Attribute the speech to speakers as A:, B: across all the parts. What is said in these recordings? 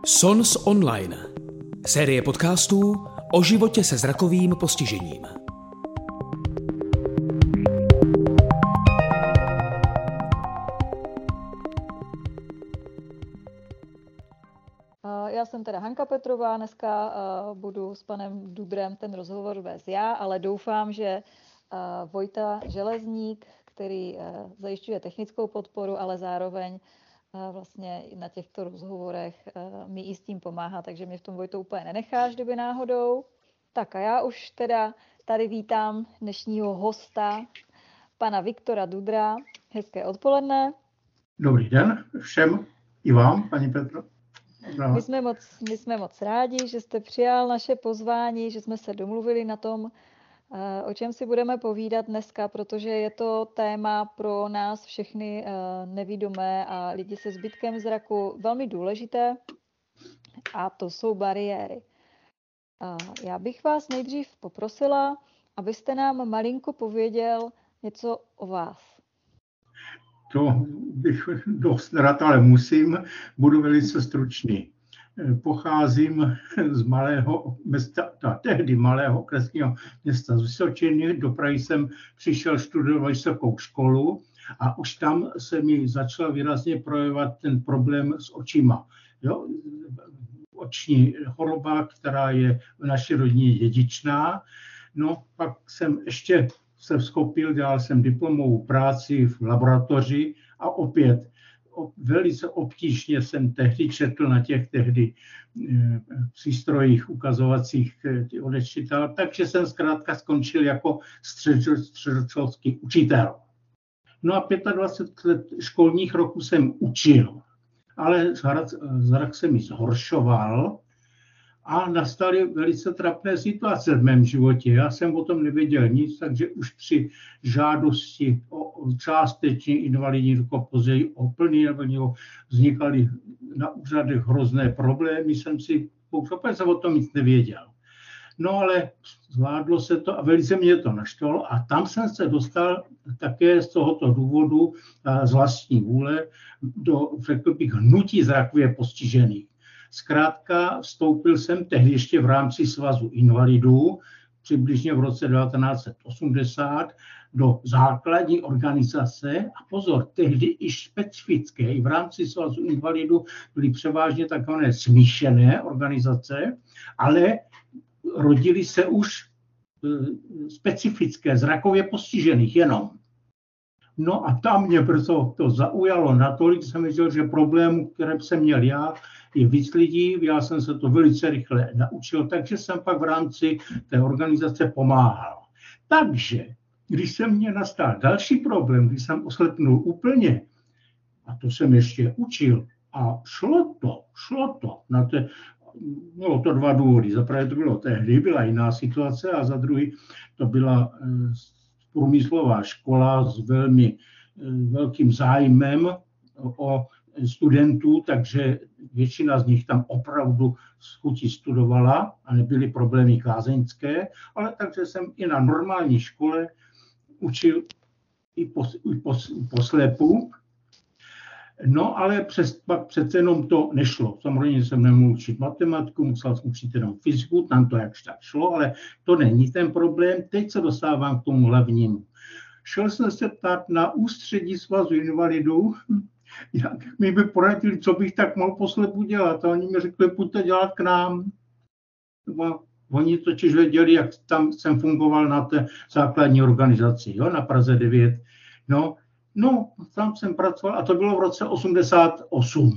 A: SONS Online. Série podcastů o životě se zrakovým postižením.
B: Já jsem teda Hanka Petrová, dneska budu s panem Dudrem ten rozhovor vést já, ale doufám, že Vojta Železník, který zajišťuje technickou podporu, ale zároveň vlastně na těchto rozhovorech mi i s tím pomáhá, takže mě v tom Vojto úplně nenecháš, kdyby náhodou. Tak a já už teda tady vítám dnešního hosta, pana Viktora Dudra. Hezké odpoledne.
C: Dobrý den všem, i vám, paní Petro.
B: My jsme moc rádi, že jste přijal naše pozvání, že jsme se domluvili na tom, o čem si budeme povídat dneska, protože je to téma pro nás všechny nevidomé a lidi se zbytkem zraku velmi důležité, a to jsou bariéry. Já bych vás nejdřív poprosila, abyste nám malinko pověděl něco o vás.
C: To bych dost rád, ale musím, budu velice stručný. Pocházím z malého města, tehdy malého okresního města z Vysočiny. Do Prahy jsem přišel studovat vysokou školu a už tam se mi začal výrazně projevovat ten problém s očima. Jo? Oční choroba, která je v naší rodině dědičná. No, pak jsem ještě se vzkopil, dělal jsem diplomovou práci v laboratoři a opět velice obtížně jsem tehdy četl na těch tehdy přístrojích ukazovacích odečítal, takže jsem zkrátka skončil jako středoškolský učitel. No a 25 let školních roků jsem učil, ale zrak se mi zhoršoval a nastaly velice trapné situace v mém životě. Já jsem o tom nevěděl nic, takže už při žádosti o částečný invalidní důchod, později o plný invalidní důchod, vznikaly na úřadech hrozné problémy. Jsem o tom nic nevěděl. No ale zvládlo se to a velice mě to naštvalo a tam jsem se dostal také z tohoto důvodu z vlastní vůle do, řekl bych, hnutí zrakově postižených. Zkrátka vstoupil jsem tehdy ještě v rámci Svazu invalidů, přibližně v roce 1980, do základní organizace a pozor, tehdy i specifické, i v rámci Svazu invalidů byly převážně takové smíšené organizace, ale rodily se už specifické, zrakově postižených jenom. No a tam mě brzo to zaujalo natolik, jsem viděl, že problémů, které jsem měl já, je víc lidí, já jsem se to velice rychle naučil, takže jsem pak v rámci té organizace pomáhal. Takže, když se mně nastal další problém, když jsem oslepnul úplně, a to jsem ještě učil, a šlo to. Bylo to dva důvody. Za prvé to bylo tehdy, byla jiná situace, a za druhý to byla průmyslová škola s velmi velkým zájmem o studentů, takže většina z nich tam opravdu s chutí studovala a nebyly problémy kázeňské, ale takže jsem i na normální škole učil i po slepu. No ale přece jenom to nešlo. Samozřejmě jsem nemohl učit matematiku, musel jsem učit jenom fyziku, tam to jakž tak šlo, ale to není ten problém. Teď se dostávám k tomu hlavnímu. Šel jsem se ptát na ústředí Svazu invalidů, jak mi by poradili, co bych tak mohl po slepu dělat. A oni mi řekli, pojďte dělat k nám. Oni totiž věděli, jak tam jsem fungoval na té základní organizaci, jo, na Praze 9. No, tam jsem pracoval a to bylo v roce 88.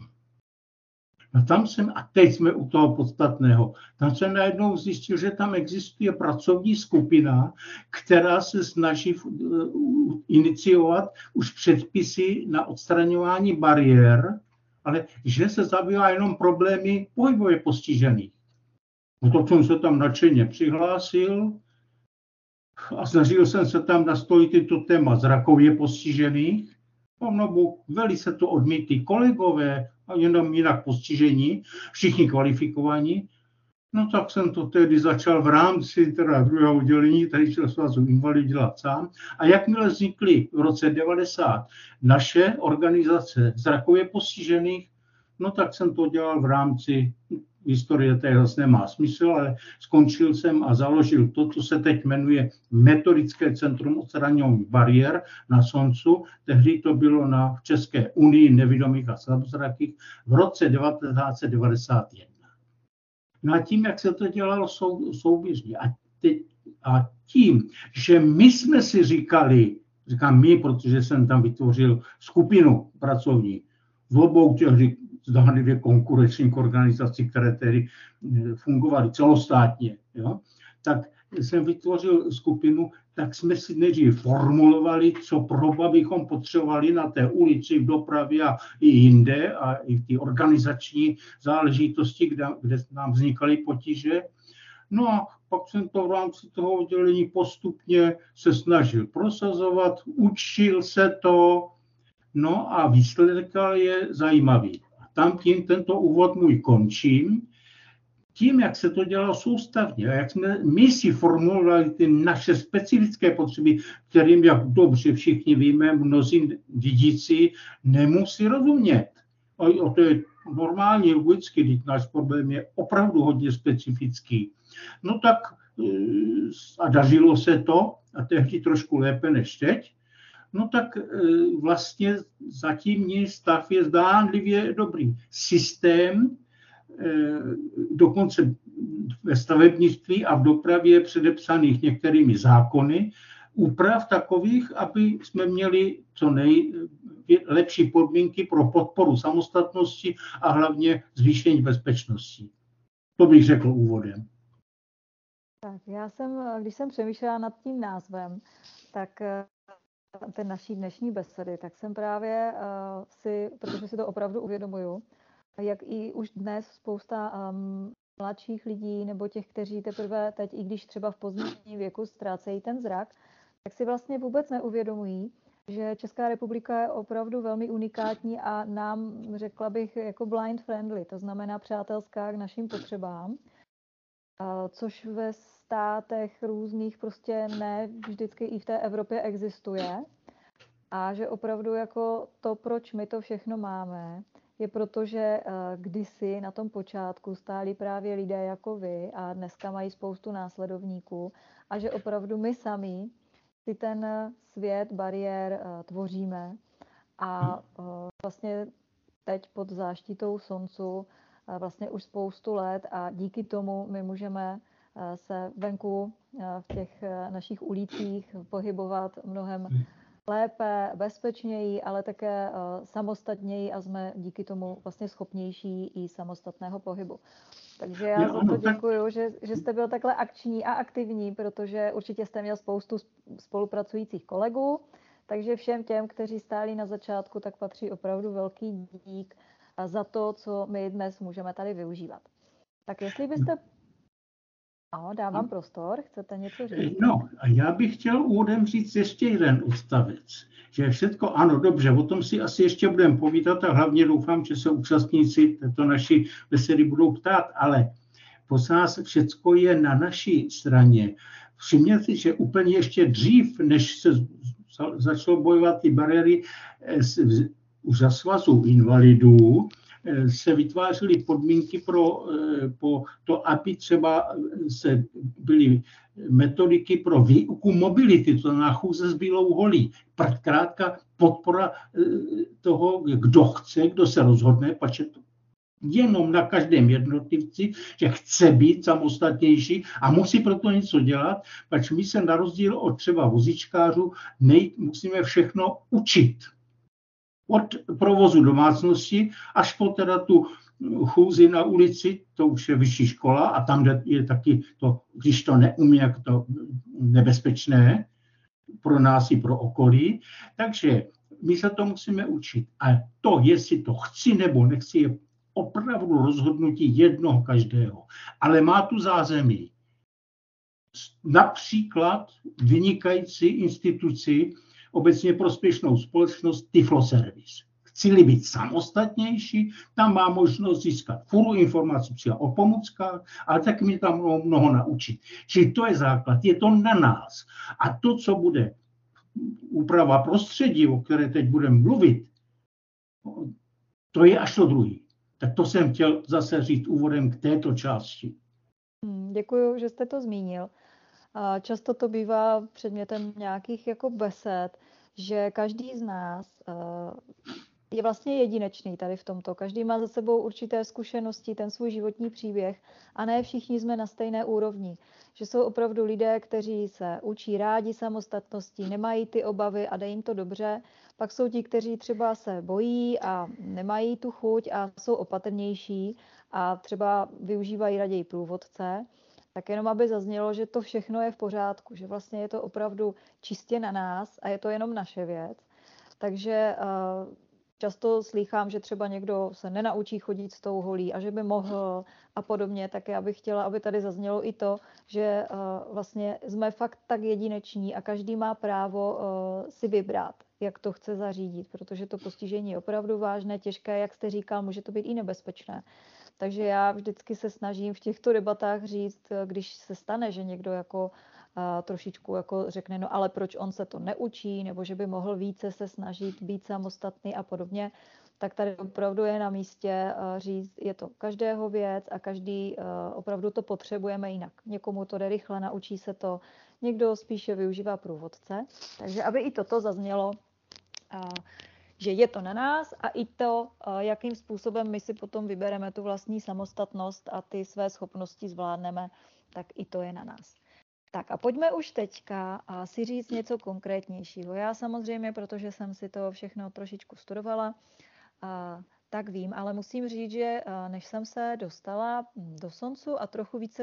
C: A teď jsme u toho podstatného. Tam jsem najednou zjistil, že tam existuje pracovní skupina, která se snaží iniciovat už předpisy na odstraňování bariér, ale že se zabývá jenom problémy pohybově postižených. To jsem se tam nadšeně přihlásil a snažil jsem se tam nastolit to téma zrakově postižených. No, velice to odmítli kolegové a jenom jinak postižení, všichni kvalifikovaní. No tak jsem to tehdy začal v rámci druhého oddělení, tady Svazu invalidů dělat sám. A jakmile vznikly v roce 90 naše organizace zrakově postižených, No tak jsem to dělal v rámci historie, to zase nemá smysl, ale skončil jsem a založil to, co se teď jmenuje Metodické centrum odstraňování bariér na Soncu. Tehdy to bylo v České unii nevidomých a slabozrakých v roce 1991. No a tím, jak se to dělalo souběžně a tím, že my jsme si říkali, říkám my, protože jsem tam vytvořil skupinu pracovní v obou těch zdánlivě konkurenčních organizací, které tedy fungovaly celostátně, jo? Tak jsem vytvořil skupinu, tak jsme si nejdřív formulovali, co proba bychom potřebovali na té ulici, v dopravě a i jinde, a i ty organizační záležitosti, kde nám vznikaly potíže. No a pak jsem to v rámci toho oddělení postupně se snažil prosazovat, učil se to, no a výsledek je zajímavý. A tam tím tento úvod můj končím. Tím, jak se to dělalo soustavně a jak jsme my si formulovali ty naše specifické potřeby, kterým, jak dobře všichni víme, mnozí dědici nemusí rozumět. A to je normální, logicky, když náš problém je opravdu hodně specifický. No tak a dařilo se to, a tehdy trošku lépe než teď, no tak vlastně zatímní stav je zdánlivě dobrý. Systém dokonce ve stavebnictví a v dopravě předepsaných některými zákony, úprav takových, aby jsme měli co nejlepší podmínky pro podporu samostatnosti a hlavně zvýšení bezpečnosti. To bych řekl úvodem.
B: Tak když jsem přemýšlela nad tím názvem, tak té naší dnešní besedy, tak jsem právě protože si to opravdu uvědomuju, jak i už dnes spousta mladších lidí nebo těch, kteří teprve teď, i když třeba v pozdním věku ztrácejí ten zrak, tak si vlastně vůbec neuvědomují, že Česká republika je opravdu velmi unikátní a nám, řekla bych, jako blind friendly, to znamená přátelská k našim potřebám, což ve státech různých prostě ne vždycky i v té Evropě existuje. A že opravdu jako to, proč my to všechno máme, je proto, že kdysi na tom počátku stáli právě lidé jako vy a dneska mají spoustu následovníků a že opravdu my sami si ten svět bariér tvoříme a vlastně teď pod záštitou Soncu vlastně už spoustu let a díky tomu my můžeme se venku v těch našich ulicích pohybovat mnohem lépe, bezpečněji, ale také samostatněji a jsme díky tomu vlastně schopnější i samostatného pohybu. Takže já za to děkuju, že jste byl takhle akční a aktivní, protože určitě jste měl spoustu spolupracujících kolegů, takže všem těm, kteří stáli na začátku, tak patří opravdu velký dík za to, co my dnes můžeme tady využívat. Tak jestli byste... dávám prostor, chcete něco říct?
C: No, a já bych chtěl úvodem říct ještě jeden odstavec, že všechno, ano, dobře, o tom si asi ještě budeme povídat a hlavně doufám, že se účastníci této naší besedy budou ptát, ale prosím vás, všechno je na naší straně. Všimněte si, že úplně ještě dřív, než se začalo bojovat ty bariéry už za svazu invalidů, se vytvářely podmínky pro to, aby třeba byly metodiky pro výuku mobility, to znamená chůze s bílou holí. Krátka podpora toho, kdo chce, kdo se rozhodne, pač jenom na každém jednotlivci, že chce být samostatnější a musí proto něco dělat, pač my se na rozdíl od třeba vozíčkářů musíme všechno učit. Od provozu domácnosti až po teda tu chůzi na ulici, to už je vyšší škola a tam je taky to, když to neumí, jak to nebezpečné pro nás i pro okolí. Takže my se to musíme učit. A to, jestli to chci nebo nechci, je opravdu rozhodnutí jednoho každého. Ale má tu zázemí. Například vynikající instituci, obecně prospěšnou společnost Tifloservice. Chci-li být samostatnější, tam má možnost získat furu informací třeba o pomůckách, ale taky mě tam mnoho naučit. Čili to je základ, je to na nás. A to, co bude úprava prostředí, o které teď budeme mluvit, to je až to druhý. Tak to jsem chtěl zase říct úvodem k této části.
B: Děkuji, že jste to zmínil. Často to bývá předmětem nějakých jako besed, že každý z nás je vlastně jedinečný tady v tomto. Každý má za sebou určité zkušenosti, ten svůj životní příběh a ne všichni jsme na stejné úrovni. Že jsou opravdu lidé, kteří se učí rádi samostatnosti, nemají ty obavy a jde jim to dobře. Pak jsou ti, kteří třeba se bojí a nemají tu chuť a jsou opatrnější a třeba využívají raději průvodce. Tak jenom aby zaznělo, že to všechno je v pořádku, že vlastně je to opravdu čistě na nás a je to jenom naše věc. Takže často slýchám, že třeba někdo se nenaučí chodit s tou holí a že by mohl a podobně, tak já bych chtěla, aby tady zaznělo i to, že vlastně jsme fakt tak jedineční a každý má právo si vybrat, jak to chce zařídit, protože to postižení je opravdu vážné, těžké, jak jste říkal, může to být i nebezpečné. Takže já vždycky se snažím v těchto debatách říct, když se stane, že někdo jako trošičku jako řekne, no ale proč on se to neučí, nebo že by mohl více se snažit být samostatný a podobně, tak tady opravdu je na místě říct, je to každého věc a každý opravdu to potřebujeme jinak. Někomu to jde rychle, naučí se to, někdo spíše využívá průvodce. Takže aby i toto zaznělo, že je to na nás a i to, jakým způsobem my si potom vybereme tu vlastní samostatnost a ty své schopnosti zvládneme, tak i to je na nás. Tak a pojďme už teďka si říct něco konkrétnějšího. Já samozřejmě, protože jsem si to všechno trošičku studovala, tak vím, ale musím říct, že než jsem se dostala do Soncu a trochu více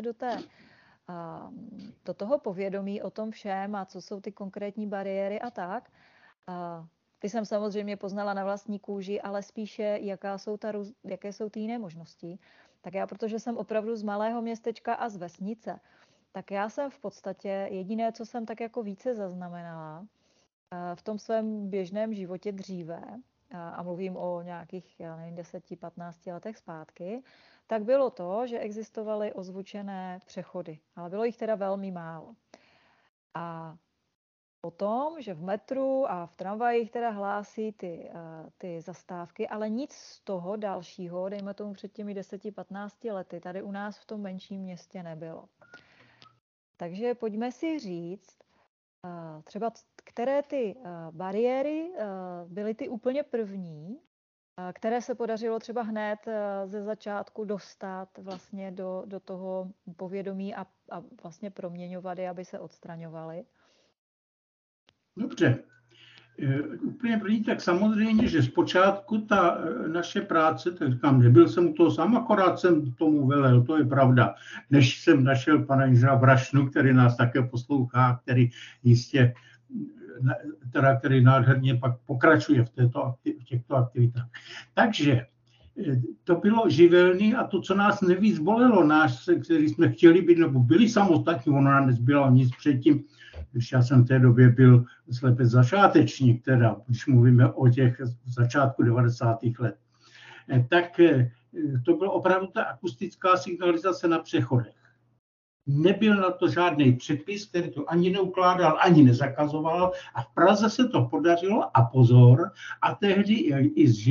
B: do toho povědomí o tom všem a co jsou ty konkrétní bariéry a tak, ty jsem samozřejmě poznala na vlastní kůži, ale spíše, jaké jsou ty jiné možnosti. Tak já, protože jsem opravdu z malého městečka a z vesnice, tak já jsem v podstatě jediné, co jsem tak jako více zaznamenala v tom svém běžném životě dříve, a mluvím o nějakých, 10-15 letech zpátky, tak bylo to, že existovaly ozvučené přechody, ale bylo jich teda velmi málo. A potom, že v metru a v tramvajích teda hlásí ty zastávky, ale nic z toho dalšího, dejme tomu před těmi 10-15 lety, tady u nás v tom menším městě nebylo. Takže pojďme si říct, třeba které ty bariéry byly ty úplně první, které se podařilo třeba hned ze začátku dostat vlastně do toho povědomí a vlastně proměňovat je, aby se odstraňovaly.
C: Dobře. Úplně první, tak samozřejmě, že zpočátku ta naše práce, tak říkám, nebyl jsem u toho sám, akorát jsem tomu velel, to je pravda, než jsem našel pana inženýra Brašnu, který nás také poslouchá, který jistě, který nádherně pak pokračuje v těchto aktivitách. Takže to bylo živelný a to, co nás nejvíc bolelo, který jsme chtěli být, nebo byli samostatní, ono nám nezbylo nic předtím, když já jsem v té době byl slepec začátečník, teda, když mluvíme o těch začátku 90. let, tak to bylo opravdu ta akustická signalizace na přechodech. Nebyl na to žádný předpis, který to ani neukládal, ani nezakazoval a v Praze se to podařilo a pozor, a tehdy i s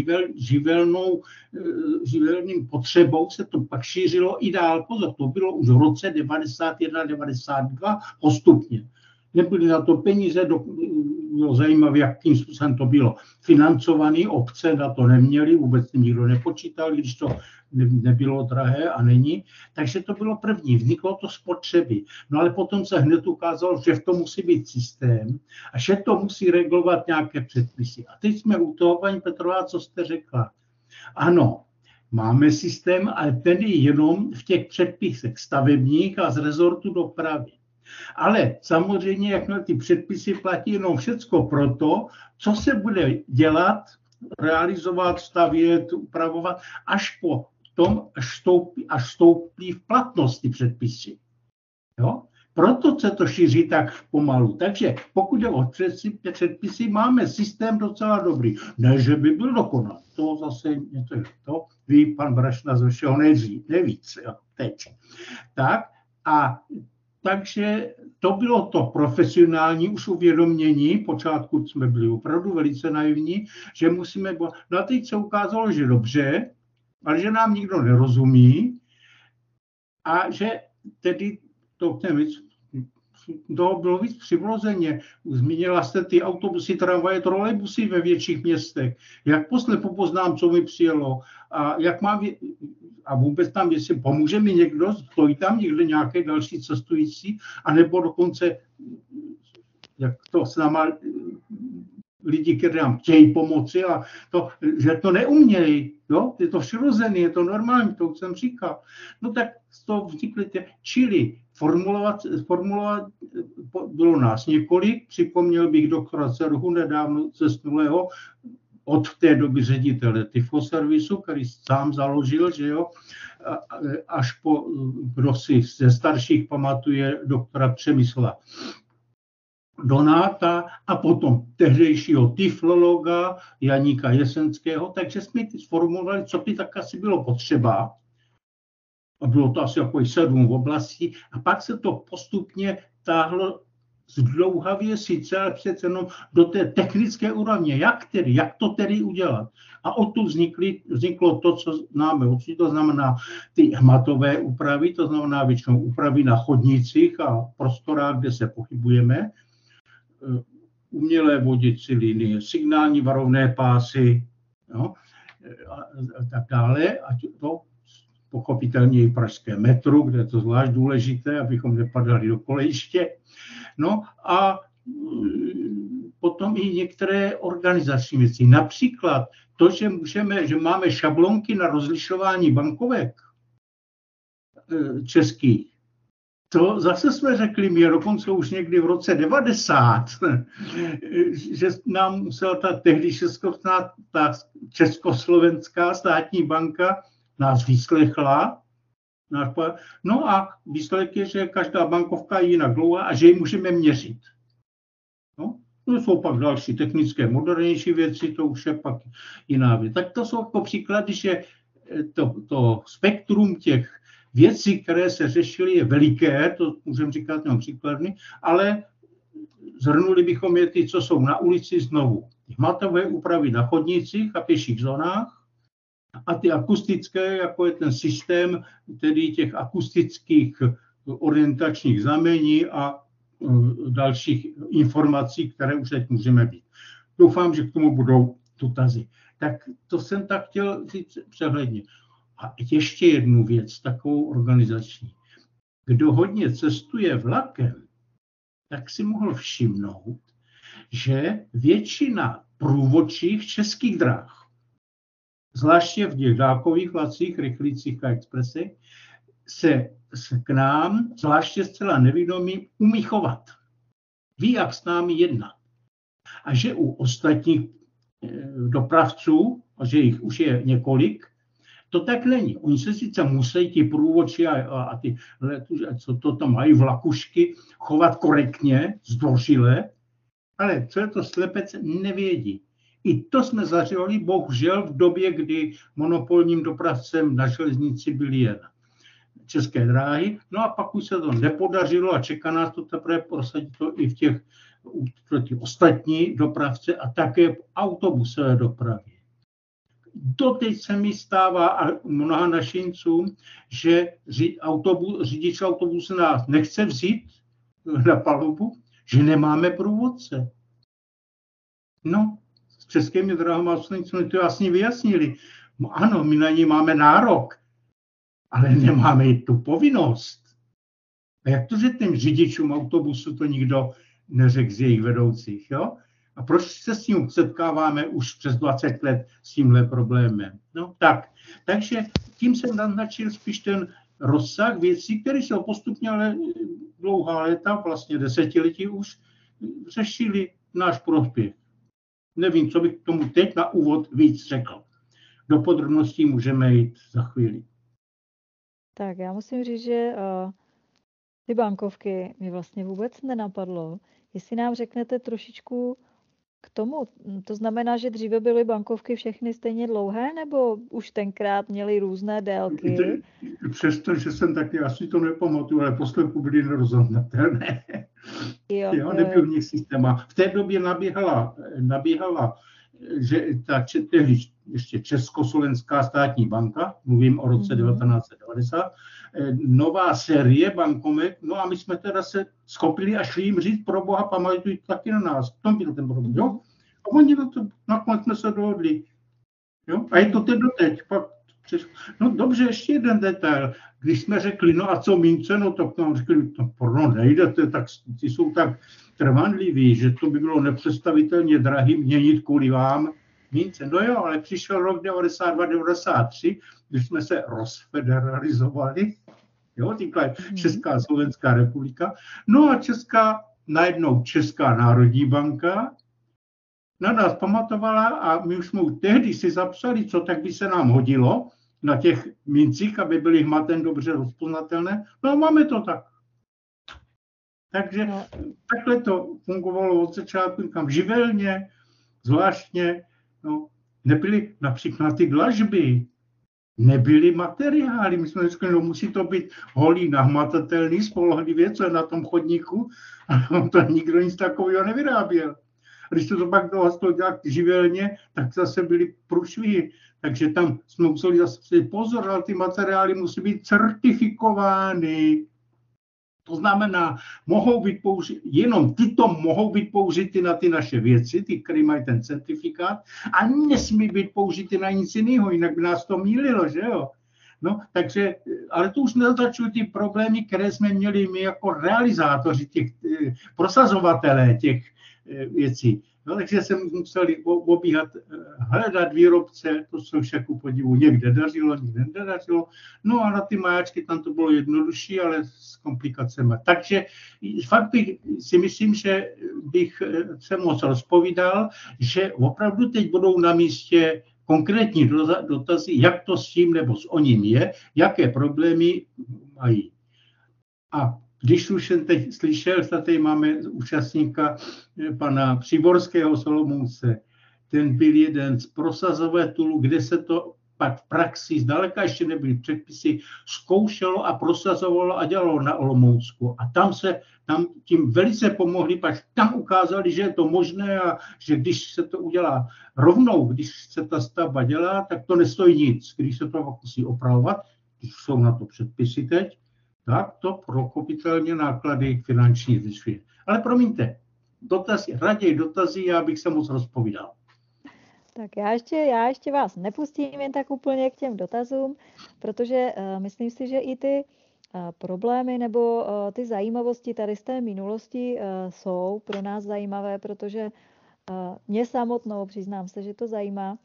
C: živelným potřebou se to pak šířilo i dál. Pozor, to bylo už v roce 91-92 postupně. Nebyly na to peníze, bylo zajímavé, jakým způsobem to bylo financované, obce na to neměly, vůbec nikdo nepočítal, když to nebylo drahé a není. Takže to bylo první, vzniklo to z potřeby. No ale potom se hned ukázalo, že v tom musí být systém a že to musí regulovat nějaké předpisy. A teď jsme u toho, paní Petrová, co jste řekla. Ano, máme systém, ale ten je jenom v těch předpisech stavebních a z rezortu dopravy. Ale samozřejmě, jakmile ty předpisy platí jenom všecko proto, co se bude dělat, realizovat, stavět, upravovat, až po tom, až vstoupí v platnost ty předpisy. Jo? Proto se to šíří tak pomalu. Takže pokud je o předpisy, máme systém docela dobrý. Ne, že by byl dokonalý. To zase to ví pan Brašna ze všeho nejvíc. Jo, teď. Tak a takže to bylo to profesionální už uvědomění, počátku jsme byli opravdu velice naivní, že musíme... No a teď se ukázalo, že dobře, ale že nám nikdo nerozumí a že tedy to bylo víc přirozeně. Zmínila jste ty autobusy, tramvaje, trolejbusy ve větších městech. Jak poznám, co mi přijelo a jak mám a vůbec tam, jestli pomůže mi někdo, stojí tam někde nějaké další cestující, anebo dokonce, jak to s náma lidi, kteří nám chtějí pomoci a to, že to neumějí, jo? Je to přirozené, je to normální, to už jsem říkal. No tak z toho vznikly čili formulovat, bylo nás několik, připomněl bych doktora Cerhu, nedávno zesnulého, od té doby ředitele Tyfoservisu, který sám založil, že jo, až po, kdo si ze starších pamatuje, doktora Přemysla Donáta a potom tehdejšího tyflologa Janíka Jesenského, takže jsme sformulovali, co by tak asi bylo potřeba. A bylo to asi jako 7 oblastí a pak se to postupně táhlo zdlouhavě sice, ale přece jenom do té technické úrovně. Jak to tedy udělat? A odtud vzniklo to, co známe určitě, to znamená ty hmatové úpravy, to znamená většinou úpravy na chodnicích a prostorách, kde se pohybujeme, umělé vodicí linie, signální varovné pásy, no, a tak dále. A to pochopitelně i v pražském metru, kde je to zvlášť důležité, abychom nepadali do kolejiště. No a potom i některé organizační věci. Například to, že máme šablonky na rozlišování bankovek českých. To zase jsme řekli mi, dokonce už někdy v roce 90, že nám musela ta tehdy Československá státní banka nás vyslechla. No a výsledek je, že každá bankovka je jinak dlouhá a že ji můžeme měřit. No, to jsou pak další technické, modernější věci, to už je pak jiná věc. Tak to jsou jako příklady, že to spektrum těch věcí, které se řešily, je veliké, to můžeme říkat jenom příkladny, ale zhrnuli bychom je ty, co jsou na ulici znovu. Hmatové úpravy na chodnicích a pěších zónách a ty akustické, jako je ten systém tedy těch akustických orientačních znamení a dalších informací, které už teď můžeme být. Doufám, že k tomu budou dotazy. Tak to jsem tak chtěl říct přehledně. A ještě jednu věc, takovou organizační. Kdo hodně cestuje vlakem, tak si mohl všimnout, že většina průvodčích českých drah, zvláště v těch dálkových vlacích, rychlících a expresech, se k nám, zvláště zcela nevědomí, umí chovat. Ví, jak s námi jednat. A že u ostatních dopravců, a že jich už je několik, to tak není. Oni se sice musí ti průvodči a ty, co to tam mají, vlakušky, chovat korektně, zdvořile, ale co je to slepec, nevědí. I to jsme zažili, bohužel, v době, kdy monopolním dopravcem na železnici byly jen České dráhy. No a pak už se to nepodařilo a čeká nás to teprve prosadit to i v těch ostatní dopravce a také v autobusové dopravě. Doteď se mi stává a mnoha našincům, že řidič autobusu nás nechce vzít na palubu, že nemáme průvodce. No, s českými dráhami jsme to jasně vyjasnili. Ano, my na ní máme nárok, ale nemáme i tu povinnost. A jak to, že těm řidičům autobusu to nikdo neřekl z jejich vedoucích, jo? A proč se s tím setkáváme už přes 20 let s tímhle problémem? No tak, takže tím jsem naznačil spíš ten rozsah věcí, které se postupně, ale dlouhá léta, vlastně desetiletí už, řešili náš prospěch. Nevím, co bych k tomu teď na úvod víc řekl. Do podrobností můžeme jít za chvíli.
B: Tak já musím říct, že ty bankovky mi vlastně vůbec nenapadlo. Jestli nám řeknete trošičku k tomu, to znamená, že dříve byly bankovky všechny stejně dlouhé, nebo už tenkrát měly různé délky?
C: Přesto, že jsem taky asi to nepamatuju, ale posledku byly nerozhodnatelné. Jo, nebyl v nich systém. V té době nabíhala že tehdy ještě Československá státní banka, mluvím o roce 1990, nová série bankomek, no a my jsme teda se schopili a šli jim říct, pro boha, pamatuj taky na nás, v tom byl ten problém, jo? A oni nakonec jsme se dohodli, jo? A je to teď doteď, pak no dobře, ještě jeden detail. Když jsme řekli, no a co mince, no tak nám řekli, no nejdete, tak ty jsou tak trvanliví, že to by bylo nepředstavitelně drahý měnit kvůli vám mince. No jo, ale přišel rok 92-93, když jsme se rozfederalizovali, jo, týkla Česká a Slovenská republika, no a najednou Česká národní banka na nás pamatovala a my už jsme tehdy si zapsali, co tak by se nám hodilo na těch mincích, aby byly hmaten dobře rozpoznatelné. No a máme to tak. Takže takhle to fungovalo od začátku, kam živelně, zvláštně. No, nebyly například ty dlažby, nebyly materiály. My jsme řekli, no musí to být holý, nahmatatelný, spolehlivě, co je na tom chodníku. A to nikdo nic takového nevyráběl. A když to pak toho dělat živelně, tak zase byly průšvihy. Takže tam jsme museli zase pozor, ale ty materiály musí být certifikovány. To znamená, jenom tyto mohou být použity na ty naše věci, ty, které mají ten certifikát, a nesmí být použity na nic jiného, jinak by nás to mýlilo, že jo? No, takže, ale to už nezačují ty problémy, které jsme měli my jako realizátoři, prosazovatelé těch věcí. No, takže jsem museli obíhat, hledat výrobce, to se však ku podivu někde dařilo, někde nedařilo. No a na ty majáčky tam to bylo jednodušší, ale s komplikacemi. Takže fakt si myslím, že bych se moc rozpovídal, že opravdu teď budou na místě konkrétní dotazy, jak to s tím nebo s oním je, jaké problémy mají. A když už jsem teď slyšel, tady máme účastníka pana Přiborského z Olomouce, ten byl jeden z prosazovatelů, kde se to pak v praxi, zdaleka ještě nebyly předpisy, zkoušelo a prosazovalo a dělalo na Olomoucku. A tam tím velice pomohli, pak tam ukázali, že je to možné a že když se to udělá rovnou, když se ta stavba dělá, tak to nestojí nic. Když se to musí opravovat, když jsou na to předpisy teď, tak to prokopitelně náklady finanční zvyšuje. Ale promiňte, raději dotazy, já bych se moc rozpovídal.
B: Tak já ještě vás nepustím jen tak úplně k těm dotazům, protože myslím si, že i ty problémy nebo ty zajímavosti tady z té minulosti jsou pro nás zajímavé, protože mě samotnou, přiznám se, že to zajímá,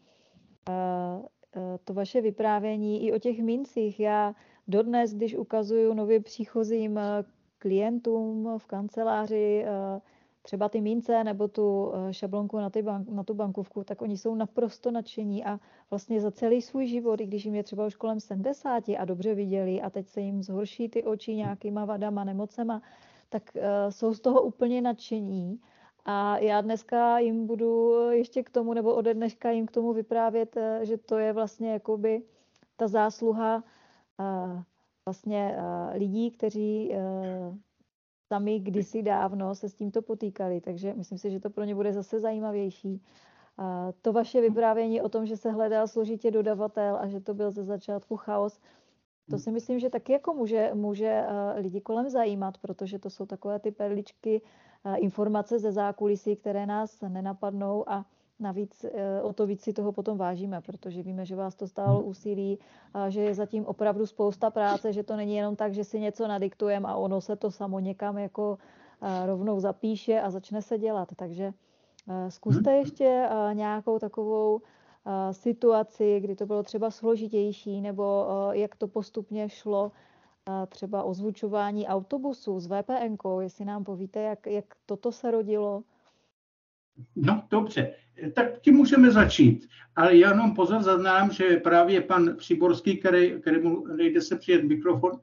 B: to vaše vyprávění i o těch mincích. Já dodnes, když ukazuju nově příchozím klientům v kanceláři třeba ty mince nebo tu šablonku na tu bankovku, tak oni jsou naprosto nadšení a vlastně za celý svůj život, i když jim je třeba už kolem 70 a dobře viděli a teď se jim zhorší ty oči nějakýma vadama, nemocema, tak jsou z toho úplně nadšení. A já dneska jim budu ještě k tomu, nebo ode dneška jim k tomu vyprávět, že to je vlastně jakoby ta zásluha vlastně lidí, kteří sami kdysi dávno se s tímto potýkali, takže myslím si, že to pro ně bude zase zajímavější. To vaše vyprávění o tom, že se hledal složitě dodavatel a že to byl ze začátku chaos, to si myslím, že taky jako může lidi kolem zajímat, protože to jsou takové ty perličky, informace ze zákulisí, které nás nenapadnou a navíc o to víc si toho potom vážíme, protože víme, že vás to stálo úsilí, že je zatím opravdu spousta práce, že to není jenom tak, že si něco nadiktujeme a ono se to samo někam jako rovnou zapíše a začne se dělat. Takže zkuste ještě nějakou takovou situaci, kdy to bylo třeba složitější, nebo jak to postupně šlo, třeba ozvučování autobusů s VPN-kou, jestli nám povíte, jak toto se rodilo.
C: No dobře, tak tím můžeme začít, ale já jenom pozor zaznám, že právě pan Přiborský, kterému nejde se přijet mikrofon.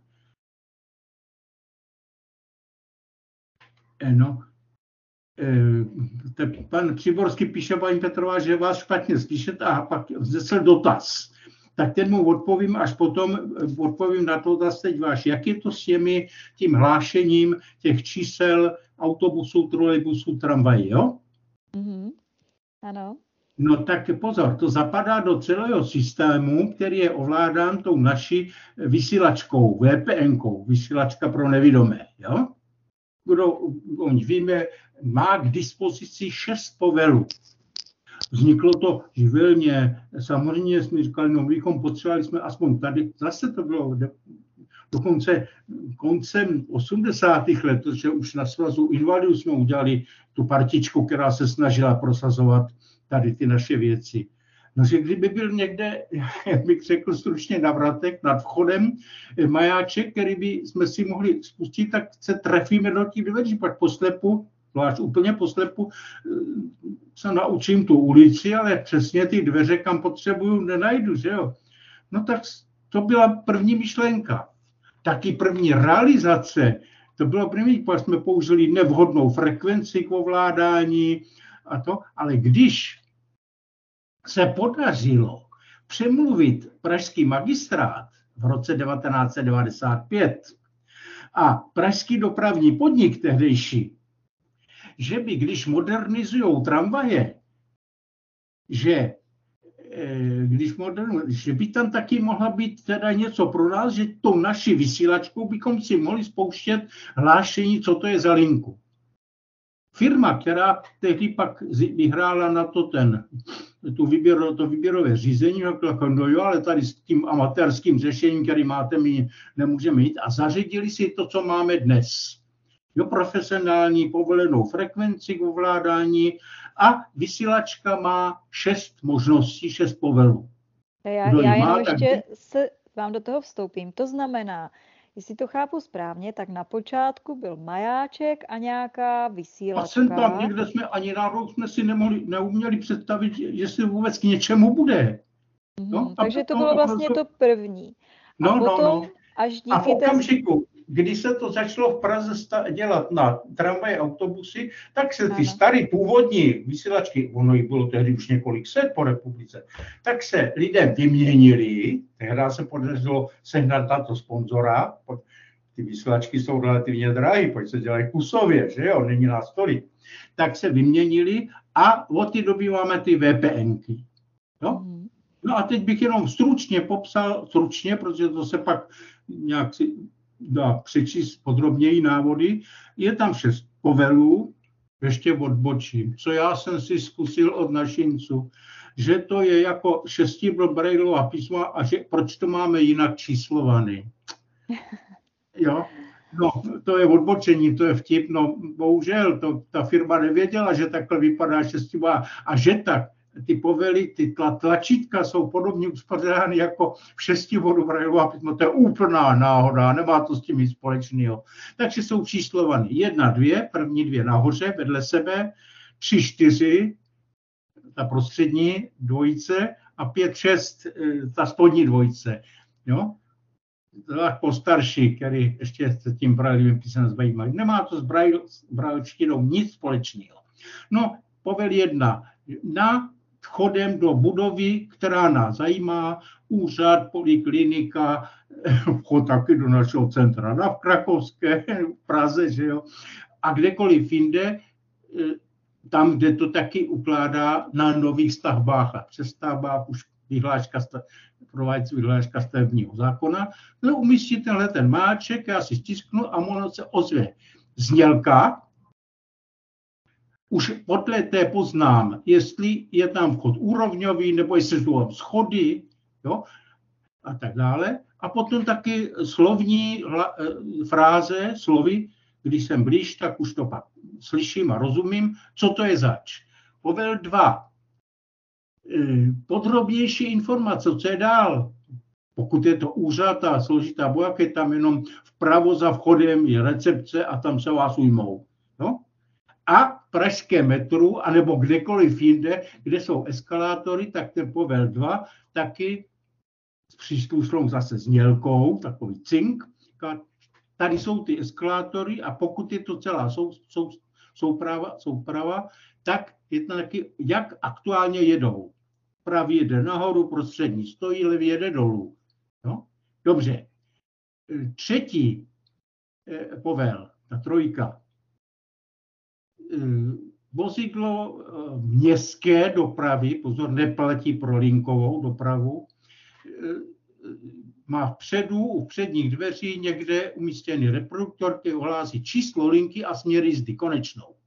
C: Pan Přiborský píše, paní Petrová, že vás špatně slyšet a pak vznesl dotaz. Tak ten mu odpovím, až potom odpovím na to dotaz teď váš. Jak je to s tím hlášením těch čísel autobusů, trolejbusů, tramvají, jo?
B: Ano.
C: No tak pozor, to zapadá do celého systému, který je ovládán tou naší vysílačkou, VPN-kou, vysílačka pro nevidomé. Jo? Kdo o ní víme, má k dispozici 6 povelů. Vzniklo to živelně, samozřejmě jsme říkali, no bychom potřebovali jsme aspoň tady, zase to bylo dokonce koncem 80. let, protože už na Svazu invalidů jsme udělali tu partičku, která se snažila prosazovat tady ty naše věci. No, že kdyby byl někde, jak bych řekl stručně na vratek, nad vchodem majáček, který by jsme si mohli spustit, tak se trefíme do těch dveří, pak poslepu, zvlášť úplně poslepu, se naučím tu ulici, ale přesně ty dveře, kam potřebuju, nenajdu, že jo. No tak to byla první myšlenka. Taky první realizace, to bylo první, pak jsme použili nevhodnou frekvenci k ovládání a to, ale když se podařilo přemluvit pražský magistrát v roce 1995 a pražský dopravní podnik tehdejší, že by, když modernizujou tramvaje, že by tam taky mohla být teda něco pro nás, že tou naší vysílačkou bychom si mohli spouštět hlášení, co to je za linku. Firma, která tehdy pak vyhrála na to to výběrové řízení, no jo, ale tady s tím amatérským řešením, který máte, my nemůžeme jít, a zařídili si to, co máme dnes. Jo, profesionální povolenou frekvenci k ovládání a vysílačka má 6 možností, 6 povelů.
B: Já jenom ještě se vám do toho vstoupím. To znamená, jestli to chápu správně, tak na počátku byl majáček a nějaká vysílačka.
C: A jsem tam, někde jsme ani náhodou jsme si neuměli představit, jestli vůbec k něčemu bude.
B: No, takže to bylo vlastně to první. A potom, až díky
C: a v okamžiku, když se to začalo v Praze dělat na tramvaje, autobusy, tak se ty staré původní vysílačky, ono jich bylo tehdy už několik set po republice, tak se lidem vyměnili, tehdy se podařilo sehnat na to sponzora, ty vysílačky jsou relativně drahé, pojď se dělají kusově, že jo, není nás tolik, tak se vyměnili a od té doby máme ty VPNky. No? No a teď bych jenom stručně popsal, protože to se pak nějak si dá přečíst podrobněji návody. Je tam 6 povelů, ještě odbočím, co já jsem si zkusil od našinců, že to je jako 6 Braillová písma a že proč to máme jinak číslovaný. Jo? No, to je odbočení, to je vtip, no bohužel, ta firma nevěděla, že takhle vypadá 6 a že tak. Ty povely, ty tlačítka jsou podobně uspořádány jako v 6 Braillová písma. To je úplná náhoda, nemá to s tím nic společného. Takže jsou číslované 1, 2, první 2 nahoře, vedle sebe, 3, 4, ta prostřední dvojice a 5, 6, ta spodní dvojice. Jo? Tak postarší, který ještě se tím Braillovým písmem zajímají. Nemá to s brailčtinou nic společného. No, povel 1. Na vchodem do budovy, která nás zajímá, úřad, poliklinika, vchod taky do našeho centra na Krakovské, v Praze, že jo, a kdekoliv jinde, tam, kde to taky ukládá na nových stavbách a přestavbách, už prováděcí vyhláška stavebního zákona, no umístí ten máček, já si stisknu a ono se ozve znělka. Už podle té poznám, jestli je tam vchod úrovňový, nebo jestli jsou tam schody, jo, a tak dále. A potom taky slovní fráze, slovy, když jsem blíž, tak už to pak slyším a rozumím, co to je zač. Povel 2. Podrobnější informace, co je dál. Pokud je to úřad a složitá boják, je tam jenom vpravo za vchodem je recepce a tam se vás ujmou. No? A v pražském metru, anebo kdekoliv jinde, kde jsou eskalátory, tak ten povel 2 taky s příslušnou zase znělkou, takový cink. Tady jsou ty eskalátory a pokud je to celá souprava, tak je to taky, jak aktuálně jedou. Pravý jede nahoru, prostřední stojí, levý jede dolů. No? Dobře. Třetí povel, ta 3. vozidlo městské dopravy, pozor, neplatí pro linkovou dopravu, má vpředu, u předních dveří někde umístěný reproduktor, který ohlásí číslo linky a směr jízdy, konečnou.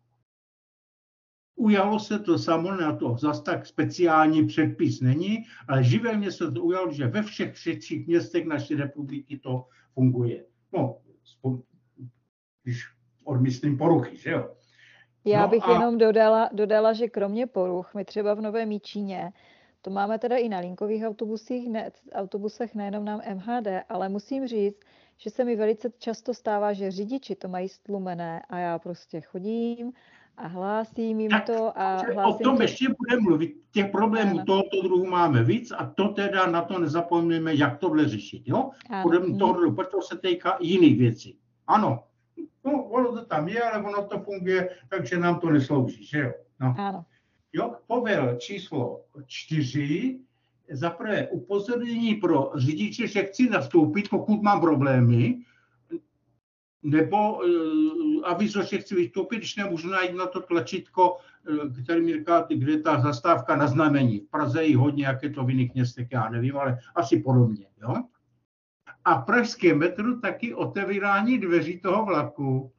C: Ujalo se to samo, na to zas tak speciální předpis není, ale živelně se to ujalo, že ve všech městech naší republiky to funguje. No, když odmyslím poruchy, že jo.
B: Já bych jenom dodala, že kromě poruch, my třeba v Novém Jičíně, to máme teda i na linkových autobusech, nejenom na MHD, ale musím říct, že se mi velice často stává, že řidiči to mají stlumené a já prostě chodím a hlásím jim to. A
C: o tom ještě budeme mluvit. Těch problémů tohoto druhu máme víc a to teda na to nezapomeňme, jak tohle řešit. Jo? Protože se týká jiných věcí. Ano, no, ono to tam je, ale ono to funguje, takže nám to neslouží, že jo? No.
B: Ano.
C: Jo, povel číslo 4, zaprvé upozornění pro řidiče, že chci nastoupit, pokud mám problémy, nebo avizo, že chci vystoupit, když nemůžu najít na to tlačítko, který mi říká, kde je ta zastávka na znamení. V Praze je hodně, jak je to v jiných městech, já nevím, ale asi podobně. Jo? A v pražském metru taky otevírání dveří toho vlaku.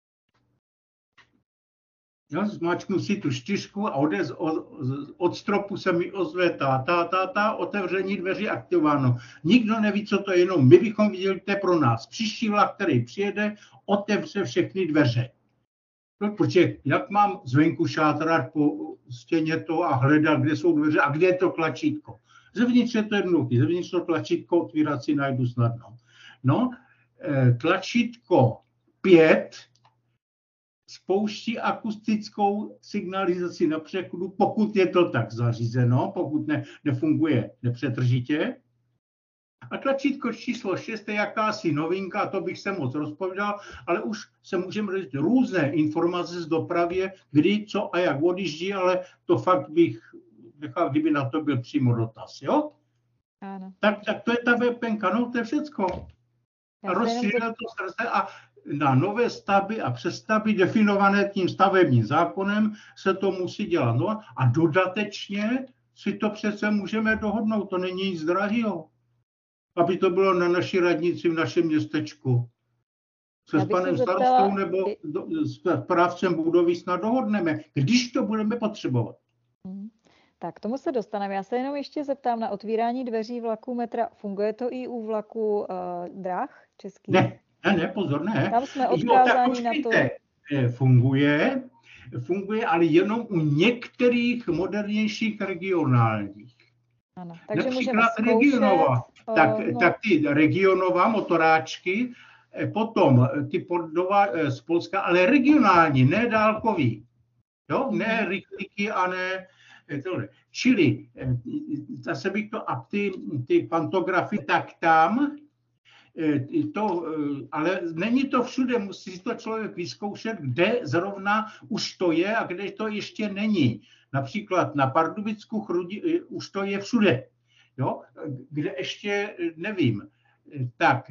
C: Jo, zmáčknu si tu 4 a od stropu se mi ozve otevření dveří aktivováno. Nikdo neví, co to je, jenom my bychom viděli, to je pro nás. Příští vlak, který přijede, otevře všechny dveře. No, protože jak mám zvenku šátrat po stěně to a hledat, kde jsou dveře a kde je to tlačítko. Zevnitř je to jednoduché, zevnitř to tlačítko otvírat si najdu snadno. No, tlačítko 5 spouští akustickou signalizaci na přechodu, pokud je to tak zařízeno, pokud nefunguje nepřetržitě. A tlačítko číslo 6 je jakási novinka, to bych se moc rozpovídal, ale už se můžeme říct různé informace z dopravě, kdy, co a jak odjíždí, ale to fakt bych nechal, kdyby na to byl přímo dotaz, jo?
B: Ano.
C: Tak to je ta VPNka, no to je všecko. A rozšířil to srdce a na nové stavby a přestavby definované tím stavebním zákonem se to musí dělat. No a dodatečně si to přece můžeme dohodnout, to není nic drahého. Aby to bylo na naší radnici v našem městečku. Se s panem starostou nebo s správcem budovy snad dohodneme, když to budeme potřebovat.
B: Tak, k tomu se dostaneme. Já se jenom ještě zeptám na otvírání dveří vlaků metra. Funguje to i u vlaků drah českých?
C: Ne, pozor, ne.
B: Tam jsme odkázáni na to.
C: Funguje, ale jenom u některých modernějších regionálních.
B: Ano, takže
C: například regionová. Tak ty regionová motoráčky, potom ty Pordova z Polska, ale regionální, ne dálkový. Jo, ne rychlíky a ne tohle. Čili zase bych to, a ty pantografy, tak tam, ale není to všude, musí si to člověk vyzkoušet, kde zrovna už to je a kde to ještě není. Například na Pardubicku už to je všude, jo? Kde ještě nevím. Tak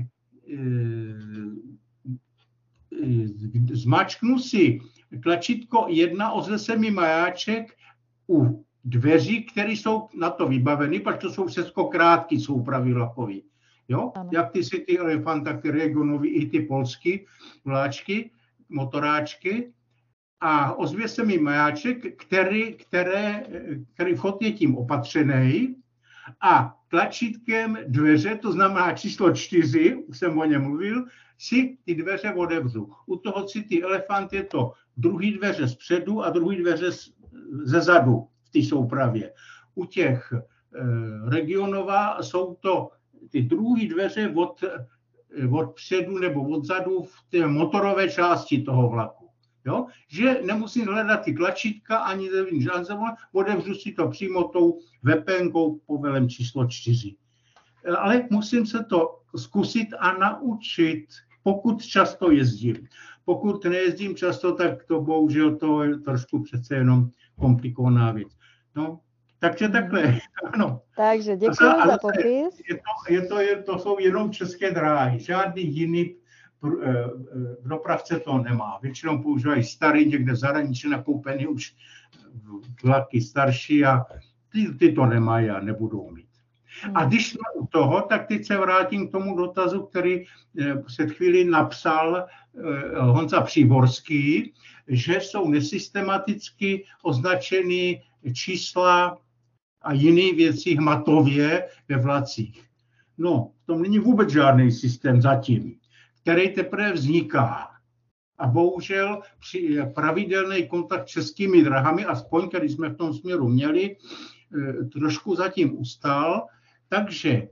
C: zmačknu si tlačítko 1, ozve se mi majáček u dveří, které jsou na to vybaveny, protože to jsou všechno krátké soupravy vlakový. Jo? Jak ty City Elefant, tak ty regionový i ty polský vláčky, motoráčky. A ozve se mi majáček, který vchod je tím opatřený a tlačítkem dveře, to znamená číslo 4, už jsem o něm mluvil, si ty dveře otevřu. U toho City Elefant je to druhý dveře zpředu a druhý dveře ze zadu v té soupravě. U těch regionová jsou to ty druhé dveře od předu nebo od zadu v té motorové části toho vlaku. Jo? Že nemusím hledat ty tlačítka ani zevnitř, otevřu si to přímo tou VPNkou povelem číslo 4. Ale musím se to zkusit a naučit, pokud často jezdím. Pokud nejezdím často, tak to bohužel to je trošku přece jenom komplikovaná věc. No, takže takhle, ano.
B: Takže děkuji za popis.
C: To jsou jenom České dráhy, žádný jiný dopravce to nemá. Většinou používají starý, někde v zahraničí nakoupený už vlaky starší a ty to nemají a nebudou mít. A když jsme u toho, tak teď se vrátím k tomu dotazu, který před chvíli napsal Honza Příborský, že jsou nesystematicky označeny čísla a jiné věci hmatově ve vlacích. No, v tom není vůbec žádný systém zatím, který teprve vzniká. A bohužel pravidelný kontakt s českými drahami, aspoň který jsme v tom směru měli, trošku zatím ustál. Takže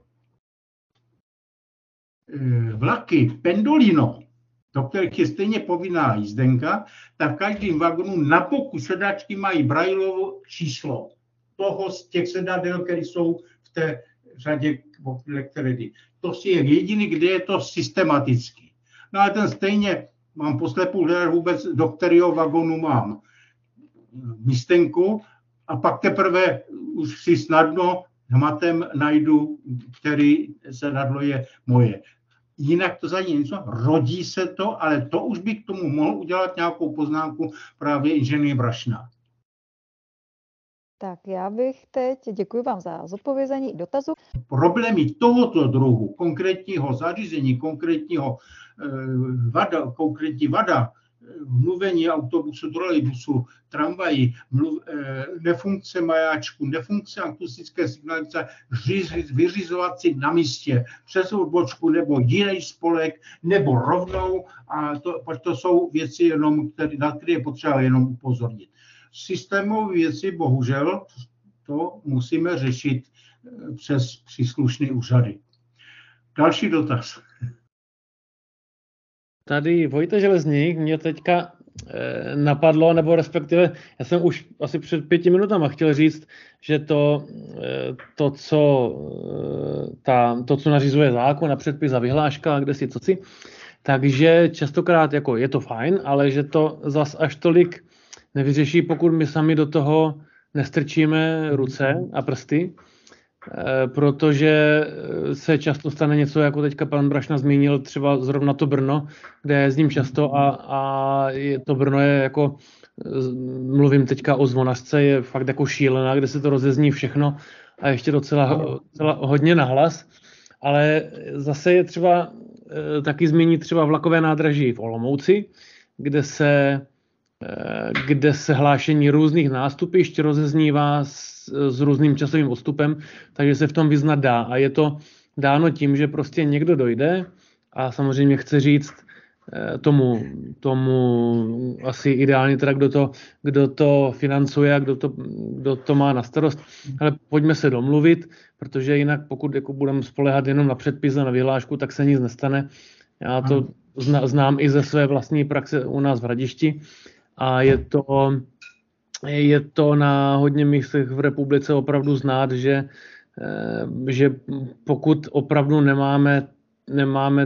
C: vlaky Pendolino, do kterých je stejně povinná jízdenka, tak v každém vagonu na boku sedačky mají Braillovo číslo toho z těch sedadel, které jsou v té řadě, které jde. To je jediný, kde je to systematicky. No ale ten stejně mám poslepu hledat vůbec, do kterého vagonu mám místenku a pak teprve už si snadno hmatem najdu, který sedadlo je moje. Jinak to za ní něco, rodí se to, ale to už by k tomu mohl udělat nějakou poznámku právě inženýr Brašna.
B: Tak já bych teď, děkuji vám za zodpovězení dotazu.
C: Problémy tohoto druhu, konkrétního zařízení, konkrétní vada, mluvení autobusu, trolejbusu, tramvají, nefunkce majáčku, nefunkce akustické signalizace, vyřizovat si na místě přes odbočku nebo jiný spolek, nebo rovnou, a to jsou věci, na které je potřeba jenom upozornit. Systémové věci, bohužel, to musíme řešit přes příslušné úřady. Další dotaz.
D: Tady Vojta Železník mě teďka napadlo, nebo respektive, já jsem už asi před 5 minutami chtěl říct, že to, co nařizuje zákon a předpis a vyhláška, kde si co si, takže častokrát jako je to fajn, ale že to zas až tolik nevyřeší, pokud my sami do toho nestrčíme ruce a prsty, protože se často stane něco, jako teďka pan Brašna zmínil, třeba zrovna to Brno, kde jezdím často a to Brno je jako, mluvím teďka o Zvonařce, je fakt jako šílená, kde se to rozezní všechno a ještě docela hodně nahlas, ale zase je třeba taky zmínit třeba vlakové nádraží v Olomouci, kde se hlášení různých nástupišť rozeznívá s různým časovým odstupem, takže se v tom vyznat dá. A je to dáno tím, že prostě někdo dojde a samozřejmě chce říct tomu asi ideálně teda, kdo to financuje a kdo to má na starost. Ale pojďme se domluvit, protože jinak pokud jako budeme spoléhat jenom na předpis a na vyhlášku, tak se nic nestane. Já to znám i ze své vlastní praxe u nás v Hradišti. A je to na hodně místech v republice opravdu znát, že pokud opravdu nemáme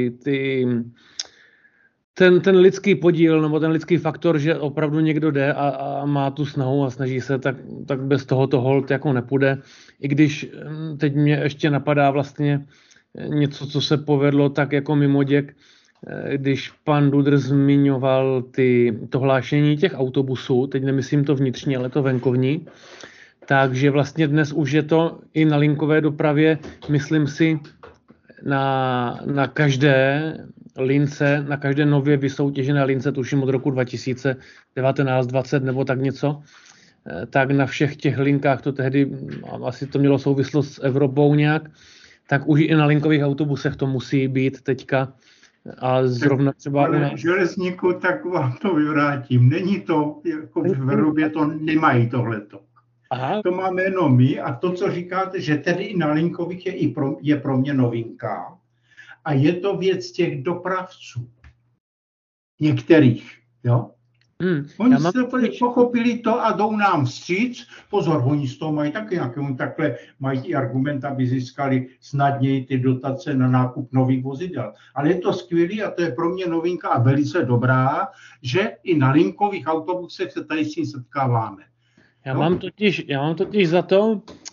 D: ten lidský podíl nebo ten lidský faktor, že opravdu někdo jde a má tu snahu a snaží se, tak bez tohoto holt jako nepůjde. I když teď mě ještě napadá vlastně něco, co se povedlo tak jako mimoděk, když pan Dudr zmiňoval to hlášení těch autobusů, teď nemyslím to vnitřní, ale to venkovní, takže vlastně dnes už je to i na linkové dopravě, myslím si, na každé lince, na každé nově vysoutěžené lince, tuším od roku 2019, 20 nebo tak něco, tak na všech těch linkách to tehdy, asi to mělo souvislost s Evropou nějak, tak už i na linkových autobusech to musí být teďka. A zrovna třeba
C: ale Železníku, tak vám to vyvrátím. Není to, jako v Evropě to nemají tohleto. Aha. To máme jenom my a to, co říkáte, že tedy i na linkových je pro mě novinka. A je to věc těch dopravců. Některých, jo? Oni se pochopili to a jdou nám vstříc. Pozor, oni z toho mají taky nějaké, oni takhle mají i argument, aby získali snadněji ty dotace na nákup nových vozidel. Ale je to skvělé a to je pro mě novinka a velice dobrá, že i na linkových autobusech se tady s tím setkáváme.
D: Já mám totiž za to,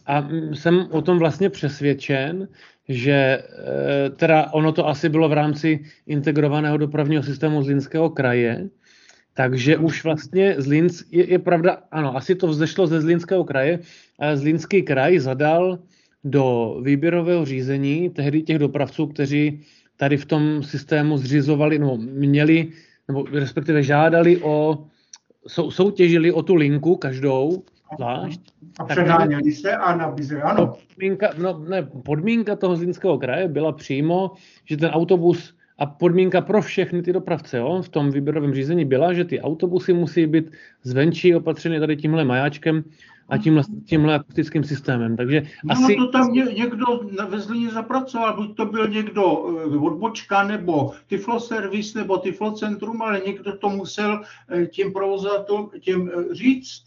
D: A jsem o tom vlastně přesvědčen, že teda ono to asi bylo v rámci integrovaného dopravního systému Zlínského kraje, takže už vlastně je pravda, ano, asi to vzešlo ze Zlínského kraje, ale Zlínský kraj zadal do výběrového řízení tehdy těch dopravců, kteří tady v tom systému zřizovali, nebo měli, nebo respektive žádali soutěžili o tu linku každou, zvlášť.
C: A předáněli se a nabízeli, ano.
D: Podmínka toho Zlínského kraje byla přímo, že ten autobus a podmínka pro všechny ty dopravce v tom výběrovém řízení byla, že ty autobusy musí být zvenčí opatřeny tady tímhle majáčkem a tímhle akustickým systémem. Takže asi...
C: to tam někdo ve Zlíně zapracoval, buď to byl někdo odbočka, nebo Tifloservis, nebo Tiflocentrum, ale někdo to musel těm provozovatelům říct,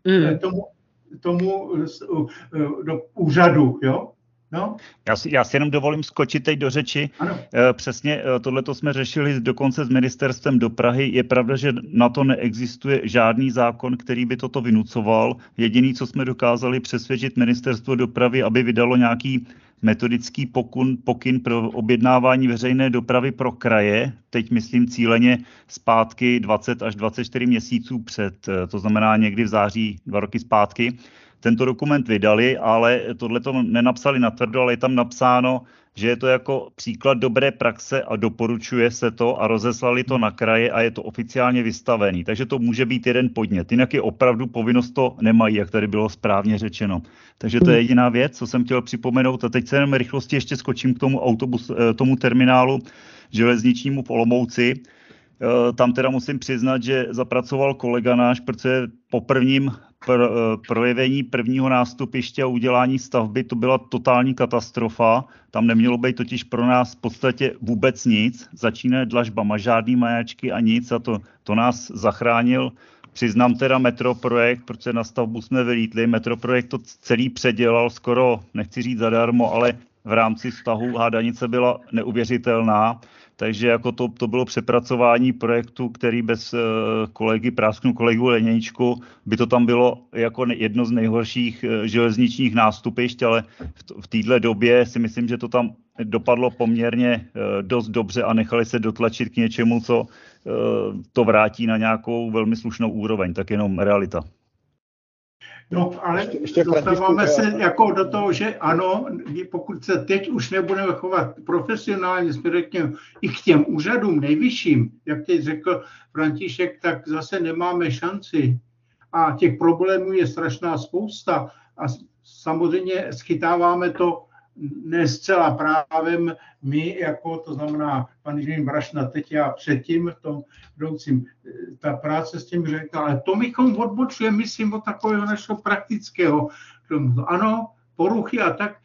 C: tomu do úřadu, jo? No.
E: Já si jenom dovolím skočit teď do řeči. Přesně tohleto jsme řešili dokonce s ministerstvem dopravy. Je pravda, že na to neexistuje žádný zákon, který by toto vynucoval. Jediný, co jsme dokázali přesvědčit ministerstvo dopravy, aby vydalo nějaký metodický pokyn pro objednávání veřejné dopravy pro kraje. Teď myslím cíleně zpátky 20 až 24 měsíců před, to znamená někdy v září 2 roky zpátky. Tento dokument vydali, ale tohleto nenapsali natvrdo, ale je tam napsáno, že je to jako příklad dobré praxe a doporučuje se to a rozeslali to na kraje a je to oficiálně vystavený. Takže to může být jeden podnět. Jinak je opravdu povinnost to nemají, jak tady bylo správně řečeno. Takže to je jediná věc, co jsem chtěl připomenout. A teď se jenom rychlosti ještě skočím k tomu terminálu železničnímu v Olomouci. Tam teda musím přiznat, že zapracoval kolega náš, protože po prvním projevení prvního nástupiště a udělání stavby to byla totální katastrofa. Tam nemělo být totiž pro nás v podstatě vůbec nic. Začínají dlažbama, žádný majáčky a nic a to nás zachránil. Přiznám teda Metroprojekt, protože na stavbu jsme vylítli. Metroprojekt to celý předělal skoro, nechci říct zadarmo, ale v rámci vztahu hádanice byla neuvěřitelná. Takže jako to bylo přepracování projektu, který bez kolegu Lenějčku by to tam bylo jako jedno z nejhorších železničních nástupišť, ale v této době si myslím, že to tam dopadlo poměrně dost dobře a nechali se dotlačit k něčemu, co to vrátí na nějakou velmi slušnou úroveň, tak jenom realita.
C: No, ale dostáváme se jako do toho, že ano, pokud se teď už nebudeme chovat profesionálně směrem i k těm úřadům nejvyšším, jak teď řekl František, tak zase nemáme šanci. A těch problémů je strašná spousta. A samozřejmě schytáváme to ne zcela právem my, jako to znamená pan inženýr Brašna teď a předtím v tom budoucím, ta práce s tím řekla, ale to mychom odbočujeme, myslím, od takového našeho praktického. Ano, poruchy a tak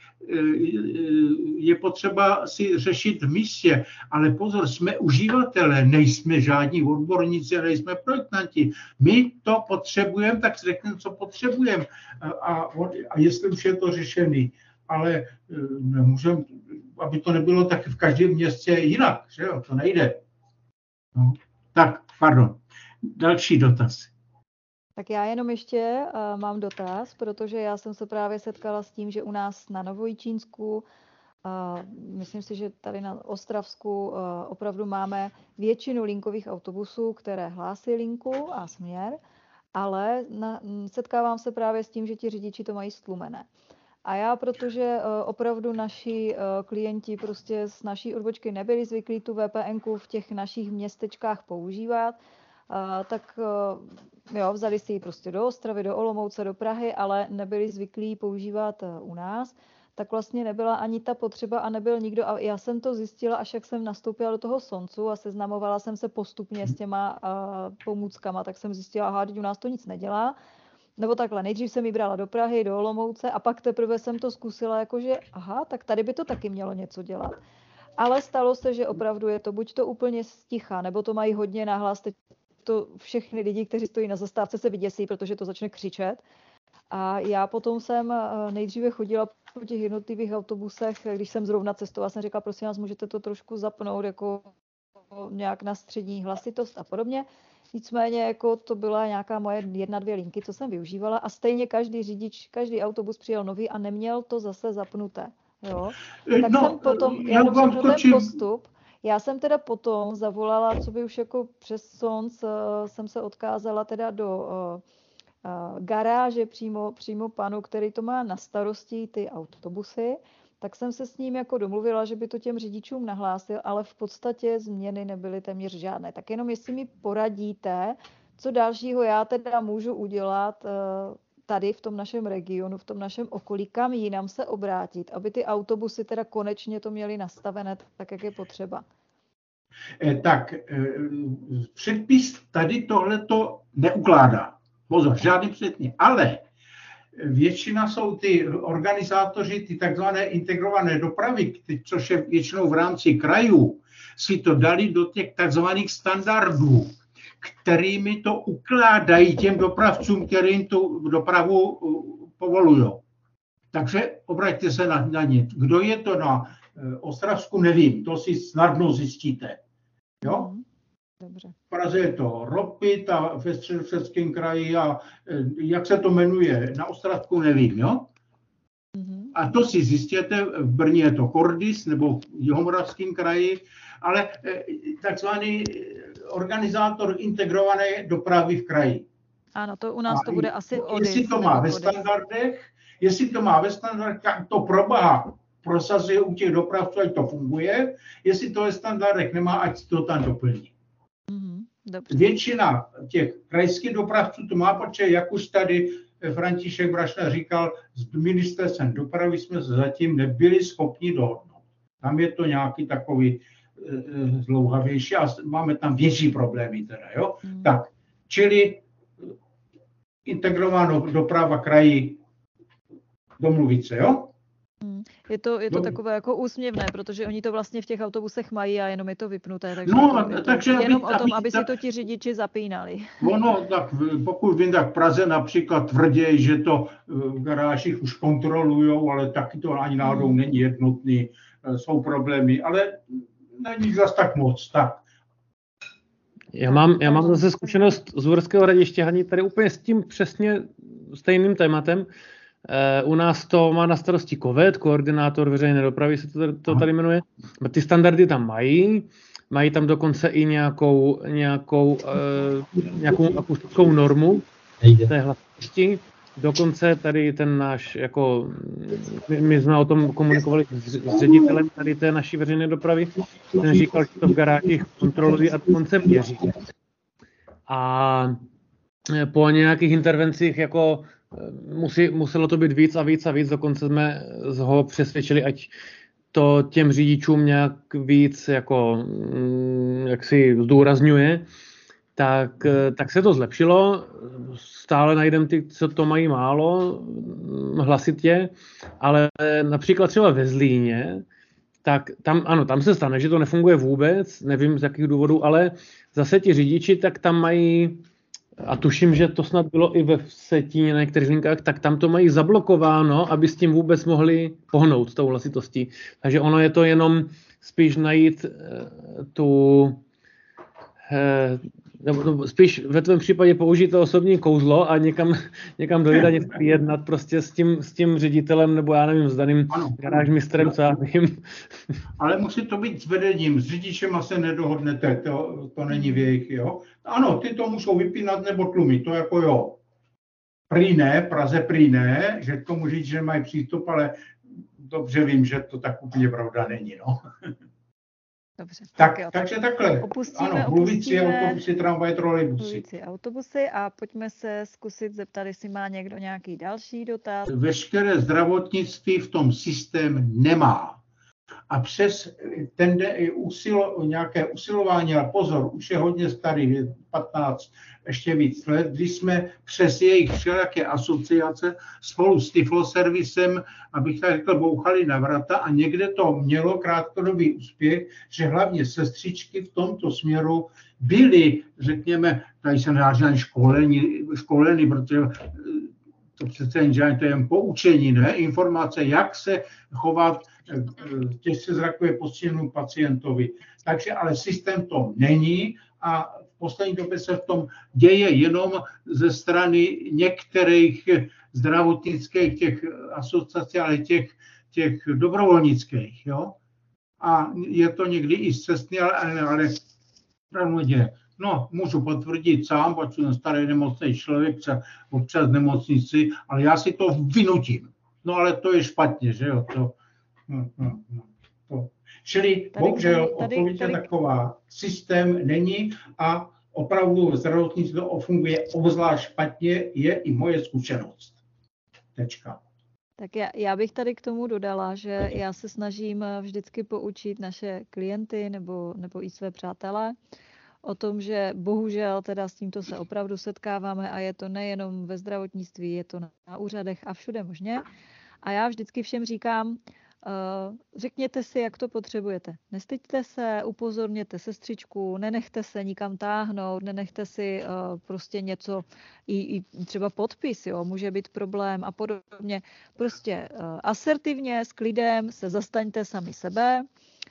C: je potřeba si řešit v místě, ale pozor, jsme uživatelé, nejsme žádní odborníci, nejsme projektanti. My to potřebujeme, tak si řekneme, co potřebujeme a jestli už je to řešený. Ale nemůžeme, aby to nebylo tak v každém městě jinak, že jo, to nejde. No. Tak, pardon, další dotaz.
B: Tak já jenom ještě mám dotaz, protože já jsem se právě setkala s tím, že u nás na Novojičínsku, myslím si, že tady na Ostravsku opravdu máme většinu linkových autobusů, které hlásí linku a směr, ale setkávám se právě s tím, že ti řidiči to mají stlumené. A já, protože opravdu naši klienti prostě z naší odbočky nebyli zvyklí tu VPNku v těch našich městečkách používat, tak jo, vzali si ji prostě do Ostravy, do Olomouce, do Prahy, ale nebyli zvyklí používat u nás, tak vlastně nebyla ani ta potřeba a nebyl nikdo. A já jsem to zjistila, až jak jsem nastoupila do toho Soncu a seznamovala jsem se postupně s těma pomůckama, tak jsem zjistila, aha, teď u nás to nic nedělá. Nebo takhle, nejdřív jsem ji brala do Prahy, do Olomouce a pak teprve jsem to zkusila, jakože aha, tak tady by to taky mělo něco dělat. Ale stalo se, že opravdu je to buď to úplně sticha, nebo to mají hodně nahlas, teď to všechny lidi, kteří stojí na zastávce, se vyděsí, protože to začne křičet. A já potom jsem nejdříve chodila po těch jednotlivých autobusech, když jsem zrovna cestovala, jsem řekla, prosím vás, můžete to trošku zapnout, jako nějak na střední hlasitost a podobně. Nicméně jako to byla nějaká moje 1-2 linky, co jsem využívala a stejně každý řidič, každý autobus přijel nový a neměl to zase zapnuté. Jo? Tak jsem potom, jenom řeknu ten postup, já jsem teda potom zavolala, co by už jako přes SONC jsem se odkázala teda do garáže přímo panu, který to má na starosti, ty autobusy, tak jsem se s ním jako domluvila, že by to těm řidičům nahlásil, ale v podstatě změny nebyly téměř žádné. Tak jenom jestli mi poradíte, co dalšího já teda můžu udělat tady v tom našem regionu, v tom našem okolí, kam jinam se obrátit, aby ty autobusy teda konečně to měly nastavené tak, jak je potřeba.
C: Tak předpis tady tohleto neukládá. Pozor, žádný předpis. Ale většina jsou ty organizátoři, ty takzvané integrované dopravy, což je většinou v rámci krajů, si to dali do těch takzvaných standardů, kterými to ukládají těm dopravcům, kterým tu dopravu povolují. Takže obraťte se na ně. Kdo je to na Ostravsku, nevím, to si snadno zjistíte. Jo?
B: Dobře.
C: V Praze je to Ropit a ve Středočeském kraji a jak se to jmenuje, na Ostravsku nevím, jo? A to si zjistíte, v Brně je to Kordis nebo v Jihomoravském kraji, ale takzvaný organizátor integrované dopravy v kraji.
B: Ano, to u nás to bude asi ODIS.
C: Jestli to má ve standardech, tak to proboha prosazuje u těch dopravců, ať to funguje. Jestli to ve standardech nemá, ať to tam doplní.
B: Dobře.
C: Většina těch krajských dopravců to má, protože jak už tady František Brašna říkal, s ministerstvem dopravy jsme se zatím nebyli schopni dohodnout. Tam je to nějaký takový zdlouhavější a máme tam větší problémy teda, jo. Tak, čili integrovaná doprava kraji domluvit se, jo?
B: Je to takové jako úsměvné, protože oni to vlastně v těch autobusech mají a jenom je to vypnuté, takže
C: takže
B: jenom o tom, aby si to ti řidiči zapínali.
C: Ono, tak pokud vím, tak v Praze například tvrdí, že to v garážích už kontrolujou, ale taky to ani náhodou není jednotný, jsou problémy, ale není zas tak moc, tak.
D: Já mám zase zkušenost z Uherského Hradiště, Hani, tady úplně s tím přesně stejným tématem. U nás to má na starosti KOVED, koordinátor veřejné dopravy se to tady jmenuje. Ty standardy tam mají tam dokonce i nějakou akustickou normu té hlasitosti. Dokonce tady ten náš, jako my jsme o tom komunikovali s ředitelem tady té naší veřejné dopravy, ten říkal, že to v garážích kontrolují a dokonce měří. A po nějakých intervencích jako muselo to být víc a víc, dokonce jsme ho přesvědčili, ať to těm řidičům nějak víc jako, jak si zdůrazňuje, tak se to zlepšilo. Stále najdeme ty, co to mají málo hlasitě, ale například třeba ve Zlíně, tak tam se stane, že to nefunguje vůbec, nevím z jakých důvodů, ale zase ti řidiči, tak tam mají, a tuším, že to snad bylo i ve Vsetíně na některých linkách, tak tam to mají zablokováno, aby s tím vůbec mohli pohnout, s tou hlasitostí. Takže ono je to jenom spíš najít nebo spíš ve tvém případě použít to osobní kouzlo a někam dojít a něco jednat prostě s tím ředitelem, nebo já nevím, s daným garážmistrem, co já vím.
C: Ale musí to být s vedením, s řidičem se nedohodnete, to není věk, jo. Ano, ty to musou vypínat nebo tlumit, to jako jo. Prý ne, Praze prý ne, že k tomu řidiči nemají přístup, ale dobře vím, že to tak úplně pravda není, no.
B: Dobře.
C: Takže takhle. Ano, mluvící autobusy, tramvaje, trolejbusy.
B: Mluvící autobusy a pojďme se zkusit zeptat, jestli má někdo nějaký další dotaz.
C: Veškeré zdravotnictví v tom systém nemá. A přes nějaké usilování, a pozor, už je hodně starý, 15, ještě víc let, když jsme přes jejich všelijaké asociace spolu s Tifloservisem, abych tak řekl, bouchali na vrata a někde to mělo krátkodobý úspěch, že hlavně sestřičky v tomto směru byly, řekněme, tady se nedá školení, protože to přece to je jen poučení, ne? Informace, jak se chovat těžce zrakově postiženému pacientovi. Takže ale systém to není a v poslední době se v tom děje jenom ze strany některých zdravotnických těch asociací, ale těch dobrovolnických. Jo? A je to někdy i zcestný, ale pravdu děje. No, můžu potvrdit sám, protože jsem starý nemocný člověk, občas v nemocnici, ale já si to vynutím. No ale to je špatně, že jo? Čili bohužel odpověď je taková, systém není a opravdu zdravotnictví to funguje obzvlášť špatně, je i moje zkušenost. Tečka.
B: Tak já bych tady k tomu dodala, že já se snažím vždycky poučit naše klienty nebo i své přátelé o tom, že bohužel teda s tímto se opravdu setkáváme a je to nejenom ve zdravotnictví, je to na úřadech a všude možně. A já vždycky všem říkám, řekněte si, jak to potřebujete. Nestyďte se, upozorněte sestřičku, nenechte se nikam táhnout, nenechte si prostě něco, i třeba podpis, jo, může být problém a podobně. Prostě asertivně, s klidem se zastaňte sami sebe,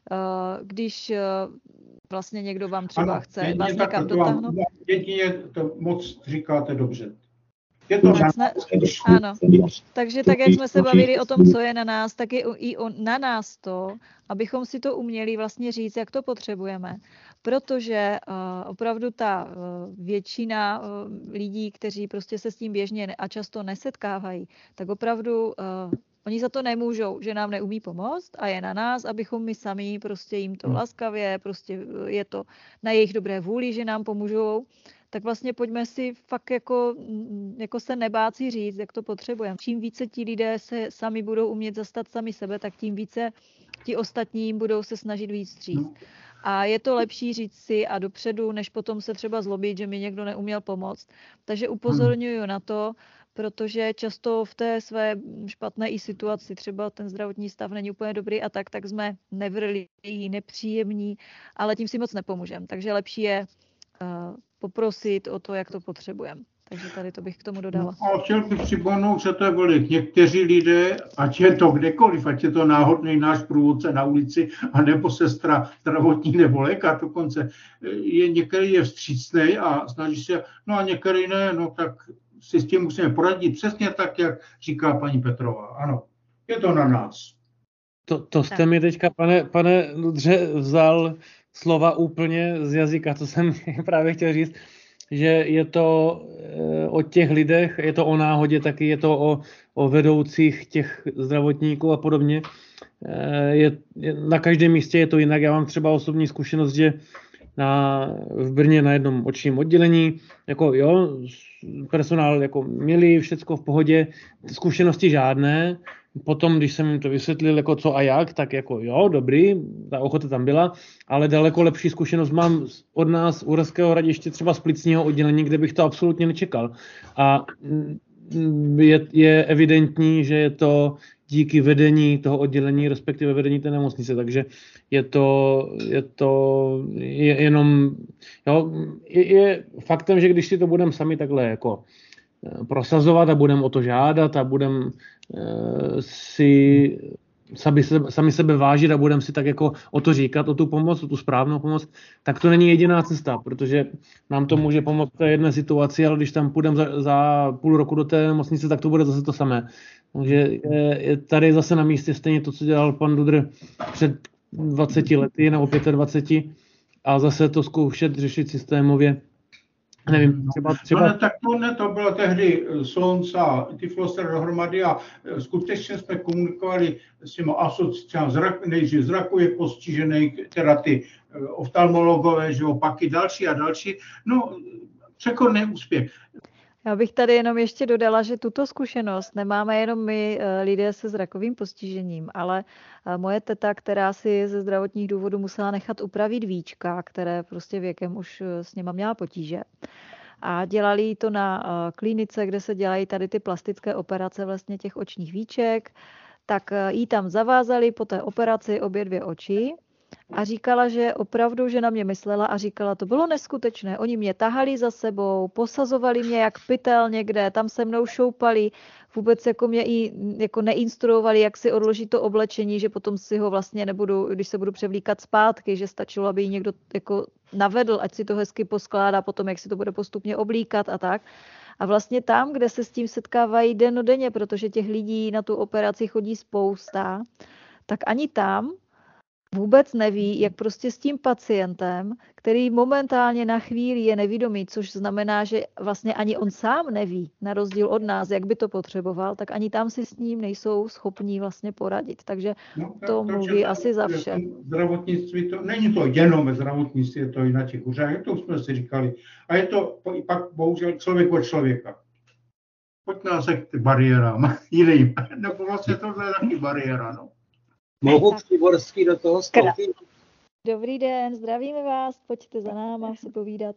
B: když vlastně někdo vám třeba chce vás někam dotáhnout.
C: Jedině to moc říkáte dobře. Je to
B: ano. Takže tak, jak jsme se bavili o tom, co je na nás, tak je i na nás to, abychom si to uměli vlastně říct, jak to potřebujeme. Protože opravdu ta většina lidí, kteří prostě se s tím běžně a často nesetkávají, tak opravdu oni za to nemůžou, že nám neumí pomoct a je na nás, abychom my sami prostě jim to laskavě, prostě je to na jejich dobré vůli, že nám pomůžou. Tak vlastně pojďme si fakt jako se nebát si říct, jak to potřebujeme. Čím více ti lidé se sami budou umět zastat sami sebe, tak tím více ti ostatní budou se snažit víc vstříc. A je to lepší říct si a dopředu, než potom se třeba zlobit, že mi někdo neuměl pomoct. Takže upozorňuji na to, protože často v té své špatné i situaci, třeba ten zdravotní stav není úplně dobrý a tak jsme nevrlí, nepříjemní, ale tím si moc nepomůžeme. Takže lepší je poprosit o to, jak to potřebujeme. Takže tady to bych k tomu dodala.
C: A chtěl bych připomenout, že to je velik. Někteří lidé, ať je to kdekoliv, ať je to náhodný náš průvodce na ulici, anebo sestra zdravotní nebo lékař dokonce, některý je vstřícnej a snaží se, no a některý ne, no tak si s tím musíme poradit přesně tak, jak říká paní Petrová. Ano, je to na nás.
D: To jste mi teďka, pane Ludře, vzal slova úplně z jazyka, co jsem právě chtěl říct, že je to o těch lidech, je to o náhodě, taky je to o vedoucích těch zdravotníků a podobně. Na každém místě je to jinak. Já mám třeba osobní zkušenost, že v Brně na jednom očním oddělení, jako jo, personál jako milý, všecko v pohodě, zkušenosti žádné. Potom, když jsem jim to vysvětlil, jako co a jak, tak jako jo, dobrý, ta ochota tam byla, ale daleko lepší zkušenost mám od nás, Uherského Hradiště, třeba z plicního oddělení, kde bych to absolutně nečekal. A je evidentní, že je to díky vedení toho oddělení, respektive vedení té nemocnice, takže je jenom, jo, je faktem, že když si to budeme sami takhle jako prosazovat a budeme o to žádat a budeme si sami sebe vážit a budeme si tak jako o to říkat, o tu pomoc, o tu správnou pomoc, tak to není jediná cesta, protože nám to může pomoct v té jedné situaci, ale když tam půjdeme za půl roku do té nemocnice, tak to bude zase to samé. Takže je tady zase na místě stejně to, co dělal pan Dudr před 20 lety nebo 25 a zase to zkoušet řešit systémově. Nevím, třeba...
C: No, tak to bylo tehdy Slonc a Tyfloser dohromady a skutečně jsme komunikovali s těmi asociacemi nejdřív zrakově postižených, teda ty oftalmologové, že pak i další a další. No, překonný úspěch.
B: Já bych tady jenom ještě dodala, že tuto zkušenost nemáme jenom my lidé se zrakovým postižením, ale moje teta, která si ze zdravotních důvodů musela nechat upravit víčka, které prostě věkem už s nima měla potíže. A dělali to na klinice, kde se dělají tady ty plastické operace vlastně těch očních víček, tak jí tam zavázali po té operaci obě dvě oči a říkala, že opravdu, že na mě myslela a říkala, to bylo neskutečné. Oni mě tahali za sebou, posazovali mě jak pytel někde, tam se mnou šoupali, vůbec jako mě i jako neinstruovali, jak si odložit to oblečení, že potom si ho vlastně nebudu, když se budu převlíkat zpátky, že stačilo, aby ji někdo jako navedl, ať si to hezky poskládá potom, jak si to bude postupně oblíkat a tak. A vlastně tam, kde se s tím setkávají dennodenně, protože těch lidí na tu operaci chodí spousta, tak ani tam vůbec neví, jak prostě s tím pacientem, který momentálně na chvíli je nevědomý, což znamená, že vlastně ani on sám neví, na rozdíl od nás, jak by to potřeboval, tak ani tam si s ním nejsou schopní vlastně poradit. Takže to mluví asi za vše.
C: Zdravotnictví, to není to jenom ve zdravotnictví, je to i na těch úřadech, to už jsme si říkali. A je to pak bohužel člověk od člověka. Pojďme se k bariérám jiným. Nebo vlastně tohle je taky bariéra, no.
F: Mohu Přiborský do toho vstoupit?
B: Dobrý den, zdravíme vás, pojďte za náma se povídat.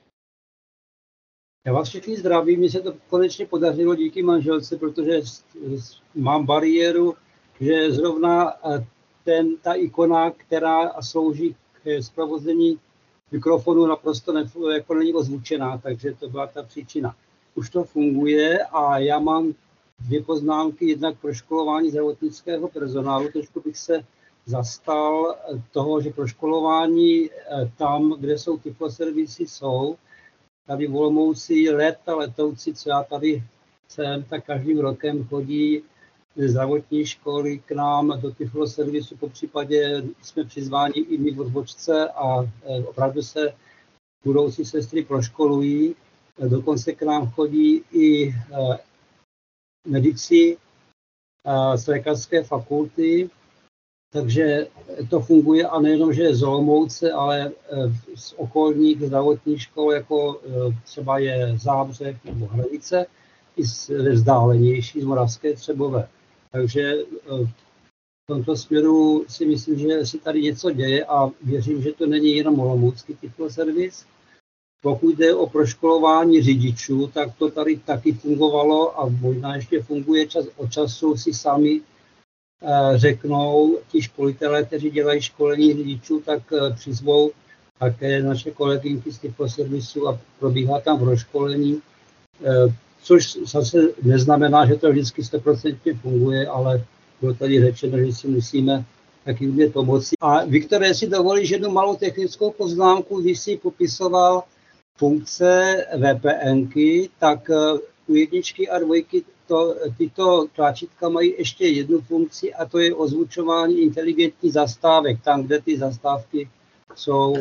F: Já vás všechny zdravím, mně se to konečně podařilo díky manželce, protože mám bariéru, že zrovna ta ikona, která slouží k zprovoznění mikrofonu, naprosto jako není ozvučená, takže to byla ta příčina. Už to funguje a já mám 2 poznámky, jednak pro školování zdravotnického personálu. Trošku bych se zastal toho, že pro školování tam, kde jsou tyfloservisy, jsou. Tady v Olomouci letouci, co já tady jsem, tak každým rokem chodí ze zdravotní školy k nám do tyfloservisu. Popřípadě jsme přizváni i my v odbočce a opravdu se budoucí sestry proškolují. Dokonce k nám chodí i medici z lékařské fakulty, takže to funguje a nejenom, že je z Olomouce, ale z okolních zdravotních škol, jako třeba je Zábřeh nebo Hranice, i vzdálenější z Moravské Třebové. Takže v tomto směru si myslím, že se tady něco děje a věřím, že to není jenom olomoucký tyfloservis. Pokud jde o proškolování řidičů, tak to tady taky fungovalo a možná ještě funguje čas od času, si sami řeknou ti školitelé, kteří dělají školení řidičů, tak přizvou také naše kolegynky z tyfloservisu a probíhá tam proškolení, což zase neznamená, že to vždycky 100% funguje, ale bylo tady řečeno, že si musíme taky umět pomoci. A Viktor, jestli dovolíš jednu malou technickou poznámku, když si popisoval funkce VPNky, tak u 1 a 2 tyto tlačítka mají ještě jednu funkci a to je ozvučování inteligentních zastávek, tam, kde ty zastávky jsou.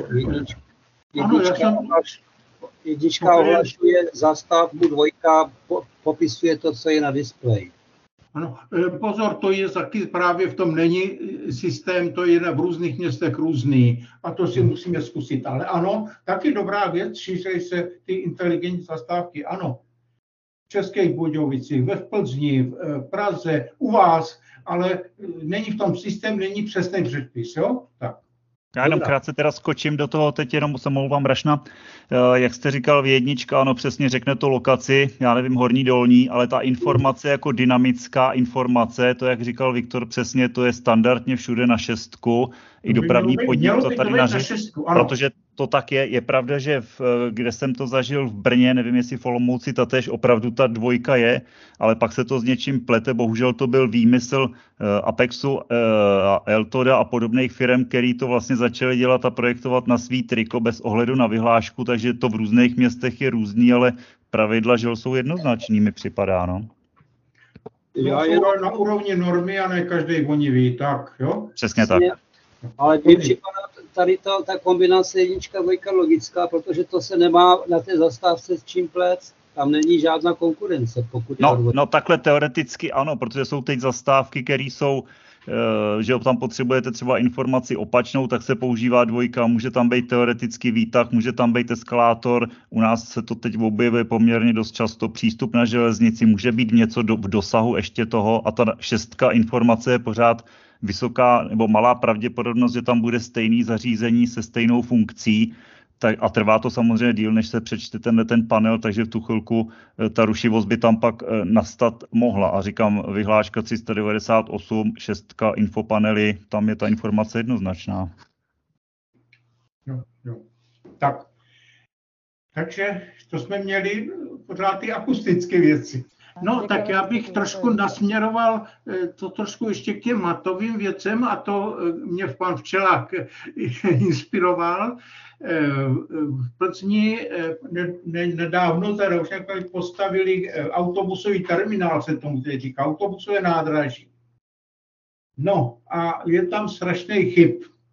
F: Jednička ohlašuje zastávku, 2 popisuje to, co je na displeji.
C: Ano, pozor, to je taky právě v tom není systém, to je v různých městech různý a to si musíme zkusit. Ale ano, taky dobrá věc, šíří se ty inteligentní zastávky, ano. V Českých Budějovicích, ve Plzni, v Praze, u vás, ale není v tom systém, není přesný předpis, jo? Tak.
E: Já jenom krátce teda skočím do toho, teď jenom se omlouvám, Rašna, jak jste říkal, V1, ano, přesně řekne to lokaci, já nevím, horní, dolní, ale ta informace jako dynamická informace, to, jak říkal Viktor, přesně, to je standardně všude na 6, i dopravní podnik to tady nařídí, protože to tak je. Je pravda, že kde jsem to zažil v Brně, nevím, jestli v Olomouci, tatéž opravdu ta 2 je, ale pak se to s něčím plete. Bohužel to byl výmysl Apexu, Eltoda a podobných firm, který to vlastně začali dělat a projektovat na svý triko bez ohledu na vyhlášku, takže to v různých městech je různý, ale pravidla, že jsou jednoznačný, mi připadá, no.
C: Já je na úrovni normy a ne každý oni ví, tak, jo?
E: Přesně tak.
F: Ale mně připadá tady ta kombinace 1, 2 logická, protože to se nemá na té zastávce s čím plést. Tam není žádná konkurence.
E: No takhle teoreticky ano, protože jsou teď zastávky, které jsou, že tam potřebujete třeba informaci opačnou, tak se používá 2, může tam být teoreticky výtah, může tam být eskalátor, u nás se to teď objevuje poměrně dost často, přístup na železnici, může být něco v dosahu ještě toho a ta 6 informace je pořád vysoká nebo malá pravděpodobnost, že tam bude stejný zařízení se stejnou funkcí, tak, a trvá to samozřejmě díl, než se přečte ten panel, takže v tu chvilku ta rušivost by tam pak nastat mohla. A říkám, vyhláška 398, 6 infopanely, tam je ta informace jednoznačná.
C: Jo. Takže to jsme měli pořád ty akustické věci. No, tak já bych trošku nasměroval to trošku ještě k těm matovým věcem a to mě pan Včelák inspiroval. V Plzni nedávno teda už postavili autobusový terminál, se tomu teď říká, autobusové nádraží. No a je tam strašný chyb.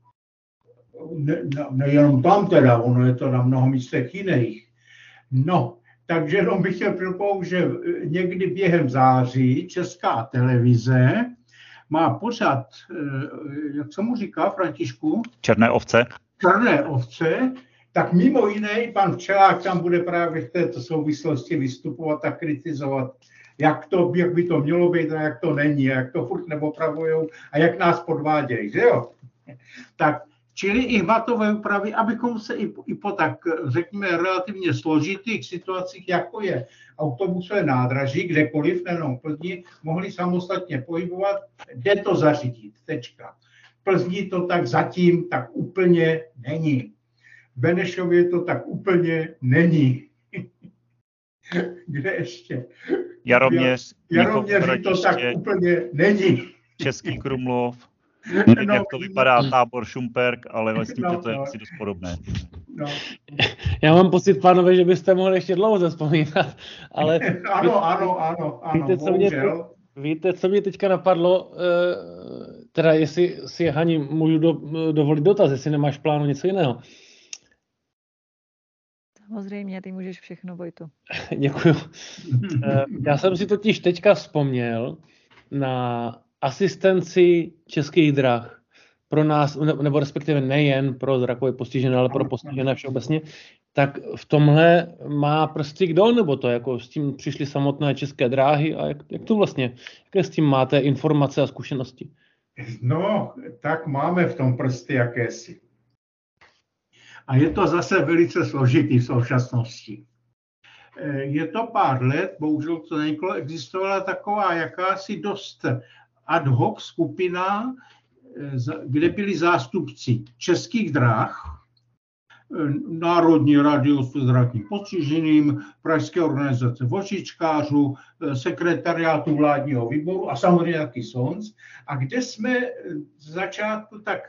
C: Nejenom tam teda, ono je to na mnoho místech jiných. No, takže jenom bych chtěl připomenout, že někdy během září Česká televize má pořad, jak se mu říká, Františku?
E: Černé ovce.
C: Černé ovce, tak mimo jiné pan Včelák tam bude právě v této souvislosti vystupovat a kritizovat, jak by to mělo být a jak to není, a jak to furt neopravujou a jak nás podvádějí, že jo? Tak čili i hmatové úpravy, abychom se i po tak, řekněme, relativně složitých situacích, jako je autobusové nádraží, kdekoliv, nejenom v Plzni, mohli samostatně pohybovat, jde to zařídit, tečka. V Plzni to tak zatím tak úplně není. V Benešově to tak úplně není. Kde ještě?
E: Jaroměř
C: to tak úplně není.
E: Český Krumlov. Nevím, jak to vypadá tábor Šumperk, ale vlastně to je asi dost podobné.
D: No. Já mám pocit, pánové, že byste mohli ještě dlouho zaspomínat, ale...
C: Ano,
D: víte, co mě teďka napadlo, teda jestli si, Hani, můžu dovolit dotaz, jestli nemáš plánu něco jiného.
B: Samozřejmě, ty můžeš všechno, Vojto.
D: Děkuju. Já jsem si totiž teďka vzpomněl na asistenci Českých drah pro nás, nebo respektive nejen pro zrakové postižené, ale pro postižené všeobecně, tak v tomhle má prsty kdo, nebo to jako s tím přišly samotné České dráhy a jak to vlastně, jaké s tím máte informace a zkušenosti?
C: No, tak máme v tom prsty jakési. A je to zase velice složitý v současnosti. Je to pár let, bohužel to nenikolo, existovala taková jakási dost ad hoc skupina, kde byli zástupci Českých drah, Národní radio s zdravotním postižením, Pražské organizace vošičkářů, sekretariátu vládního výboru a samozřejmě taky SONC. A kde jsme z začátku tak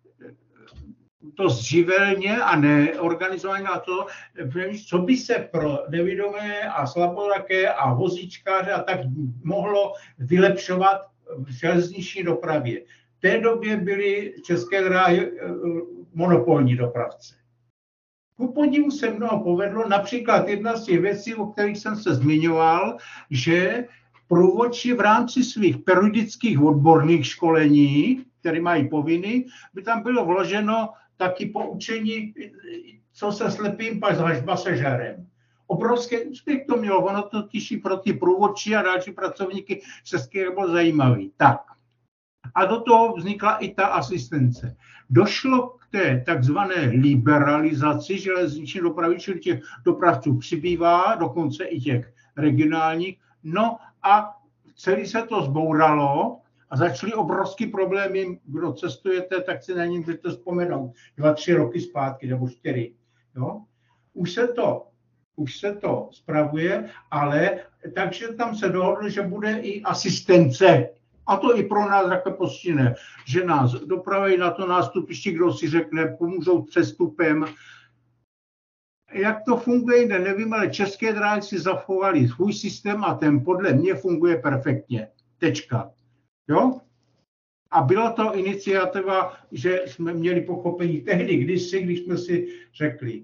C: dost živelně a neorganizovaně na to, co by se pro nevidomé a slaboraké a vozíčkáře a tak mohlo vylepšovat v železniční dopravě. V té době byly České dráhy monopolní dopravce. Ku podivu se mnoho povedlo, například jedna z těch věcí, o kterých jsem se zmiňoval, že průvodčí v rámci svých periodických odborných školení, které mají povinný, by tam bylo vloženo taky poučení, co se slepým pasažérem. Obrovské úspěch to mělo, ono to těší pro ty průvodčí a další pracovníky české bylo zajímavý. Tak. A do toho vznikla i ta asistence. Došlo k té takzvané liberalizaci železniční dopravy, čili těch dopravců přibývá, dokonce i těch regionálních. No a celý se to zbouralo a začaly obrovský problémy, kdo cestujete, tak si na ním můžete vzpomenout 2-3 roky zpátky, nebo 4. Jo? Už se to spravuje, ale takže tam se dohodlo, že bude i asistence. A to i pro nás jako postižené, že nás dopraví na to nástupiště, kdo si řekne, pomůžou přestupem. Jak to funguje, nevím, ale České dráhy si zachovali svůj systém a ten podle mě funguje perfektně. Tečka. Jo? A byla to iniciativa, že jsme měli pochopení tehdy, když jsme si řekli.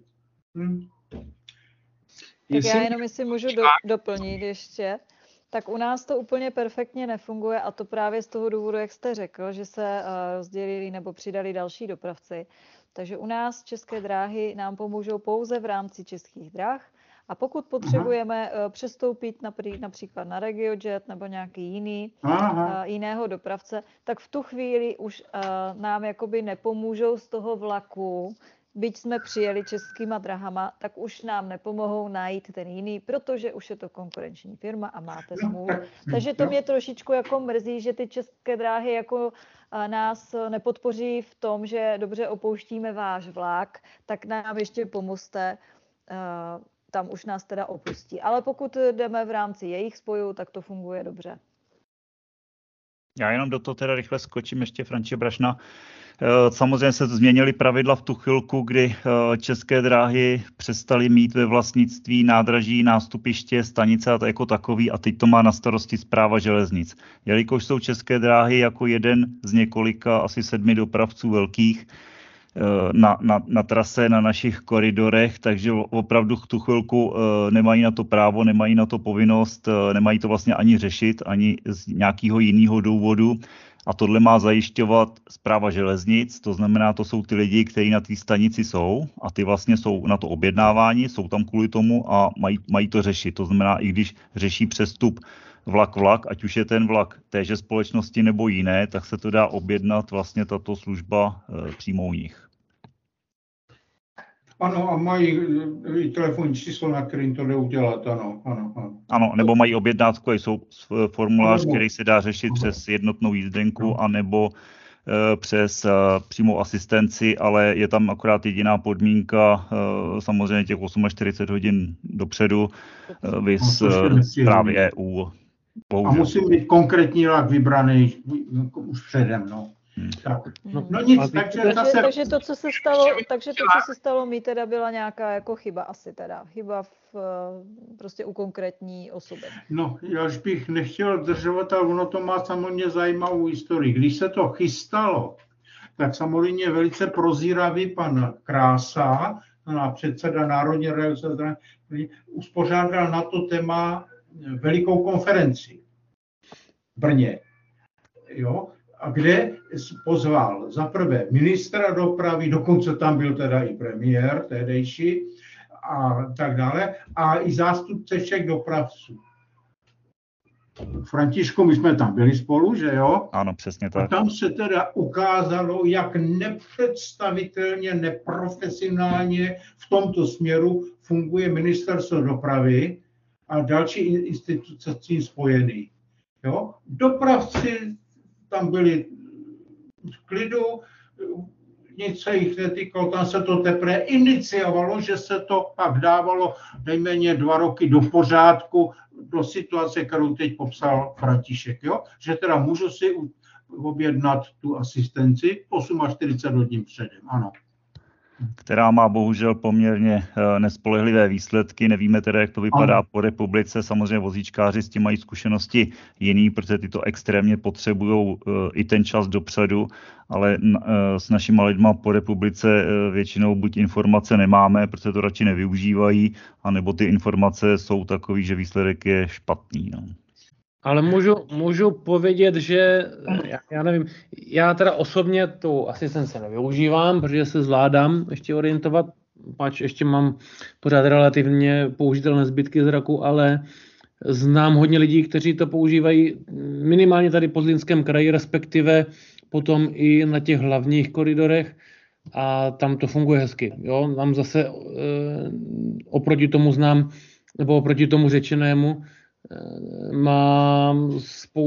B: Tak já jenom, jestli můžu doplnit ještě, tak u nás to úplně perfektně nefunguje a to právě z toho důvodu, jak jste řekl, že se rozdělili nebo přidali další dopravci. Takže u nás České dráhy nám pomůžou pouze v rámci Českých drah a pokud potřebujeme přestoupit například na RegioJet nebo nějaký jiného dopravce, tak v tu chvíli už nám jakoby nepomůžou z toho vlaku byť jsme přijeli českýma drahama, tak už nám nepomohou najít ten jiný, protože už je to konkurenční firma a máte smůlu. Takže to mě trošičku jako mrzí, že ty české dráhy jako nás nepodpoří v tom, že dobře opouštíme váš vlak, tak nám ještě pomozte, tam už nás teda opustí. Ale pokud jdeme v rámci jejich spojů, tak to funguje dobře.
E: Já jenom do toho teda rychle skočím ještě, František Brašna. Samozřejmě se změnily pravidla v tu chvilku, kdy České dráhy přestaly mít ve vlastnictví nádraží, nástupiště, stanice a to jako takový a teď to má na starosti Správa železnic. Jelikož jsou České dráhy jako jeden z několika, asi 7 dopravců velkých na trase, na našich koridorech, takže opravdu v tu chvilku nemají na to právo, nemají na to povinnost, nemají to vlastně ani řešit, ani z nějakého jiného důvodu. A tohle má zajišťovat Správa železnic, to znamená, to jsou ty lidi, kteří na té stanici jsou a ty vlastně jsou na to objednávání, jsou tam kvůli tomu a mají to řešit. To znamená, i když řeší přestup vlak, ať už je ten vlak téže společnosti nebo jiné, tak se to dá objednat vlastně tato služba přímo u nich.
C: Ano, a mají i telefonní číslo, na kterým to jde udělat, ano.
E: Ano, nebo mají objednávku, jsou formulář, který se dá řešit přes jednotnou jízdenku, anebo přes přímou asistenci, ale je tam akorát jediná podmínka, samozřejmě těch 48 hodin dopředu, vys právě EU.
C: Bohužel. A musí být konkrétní vlak vybraný už předem, no. Tak. No nic, takže
B: to, co se stalo, mi teda byla nějaká jako chyba asi teda. Chyba prostě u konkrétní osoby.
C: No, já už bych nechtěl držovat, ale ono to má samozřejmě zajímavou historii. Když se to chystalo, tak samozřejmě velice prozíravý pan Krása, předseda Národní rady, uspořádal na to téma velikou konferenci v Brně. Jo? A kde pozval za prvé ministra dopravy, dokonce tam byl teda i premiér tehdejší a tak dále, a i zástupce všech dopravců. Františku, my jsme tam byli spolu, že jo?
E: Ano, přesně tak.
C: A tam se teda ukázalo, jak nepředstavitelně, neprofesionálně v tomto směru funguje ministerstvo dopravy a další instituce s tím spojený. Jo? Dopravci tam byli v klidu, nic se jich netýkalo, tam se to teprve iniciovalo, že se to pak dávalo nejméně 2 roky do pořádku, do situace, kterou teď popsal František, jo? Že teda můžu si objednat tu asistenci 48 hodin předem, ano.
E: Která má bohužel poměrně nespolehlivé výsledky. Nevíme teda, jak to vypadá po republice. Samozřejmě vozíčkáři s tím mají zkušenosti jiný, protože ty to extrémně potřebují i ten čas dopředu, ale s našimi lidma po republice většinou buď informace nemáme, protože to radši nevyužívají, anebo ty informace jsou takový, že výsledek je špatný. No.
D: Ale můžu povědět, že já nevím, já teda osobně tu asistenci nevyužívám, protože se zvládám ještě orientovat, pač ještě mám pořád relativně použitelné zbytky zraku, ale znám hodně lidí, kteří to používají minimálně tady po Zlínském kraji, respektive potom i na těch hlavních koridorech a tam to funguje hezky. Jo? Tam zase oproti tomu znám, nebo oproti tomu řečenému, mám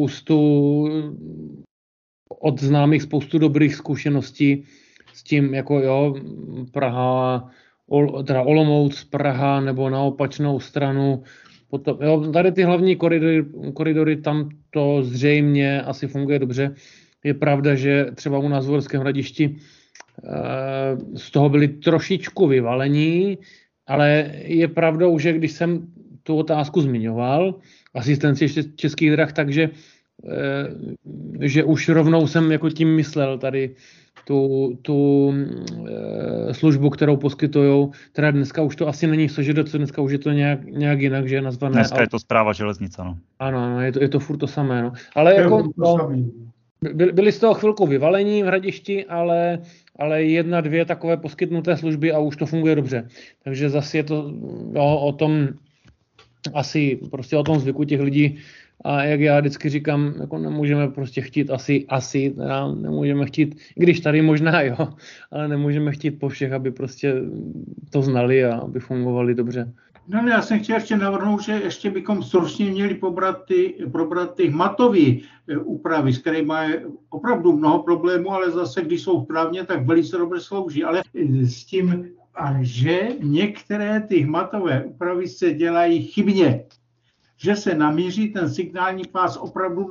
D: od známých spoustu dobrých zkušeností s tím, jako jo, Praha, teda Olomouc, Praha, nebo na opačnou stranu. Potom, jo, tady ty hlavní koridory, tam to zřejmě asi funguje dobře. Je pravda, že třeba u nás v Uherském Hradišti z toho byli trošičku vyvalení, ale je pravdou, že když jsem tu otázku zmiňoval, asistenci Českých drah, takže že už rovnou jsem jako tím myslel tady tu službu, kterou poskytujou. Teda dneska už to asi není SŽDC, dneska už je to nějak jinak, že je nazvané.
E: Dneska je to Správa železnic, ano.
D: Ano, je to furt to samé. No. Ale jako byli z toho chvilku vyvalení v Hradišti, ale 1-2 takové poskytnuté služby a už to funguje dobře. Takže zase je to o tom asi prostě o tom zvyku těch lidí A jak já vždycky říkám, jako nemůžeme prostě chtít asi teda nemůžeme chtít, i když tady možná jo, ale nemůžeme chtít po všech, aby prostě to znali a aby fungovali dobře.
C: No, já jsem chtěl ještě navrhnout, že ještě bychom stručně měli probrat ty hmatové úpravy, s kterými mají opravdu mnoho problémů, ale zase, když jsou správně, tak velice dobře slouží. Ale s tím, že některé ty hmatové úpravy se dělají chybně, že se namíří ten signální pás opravdu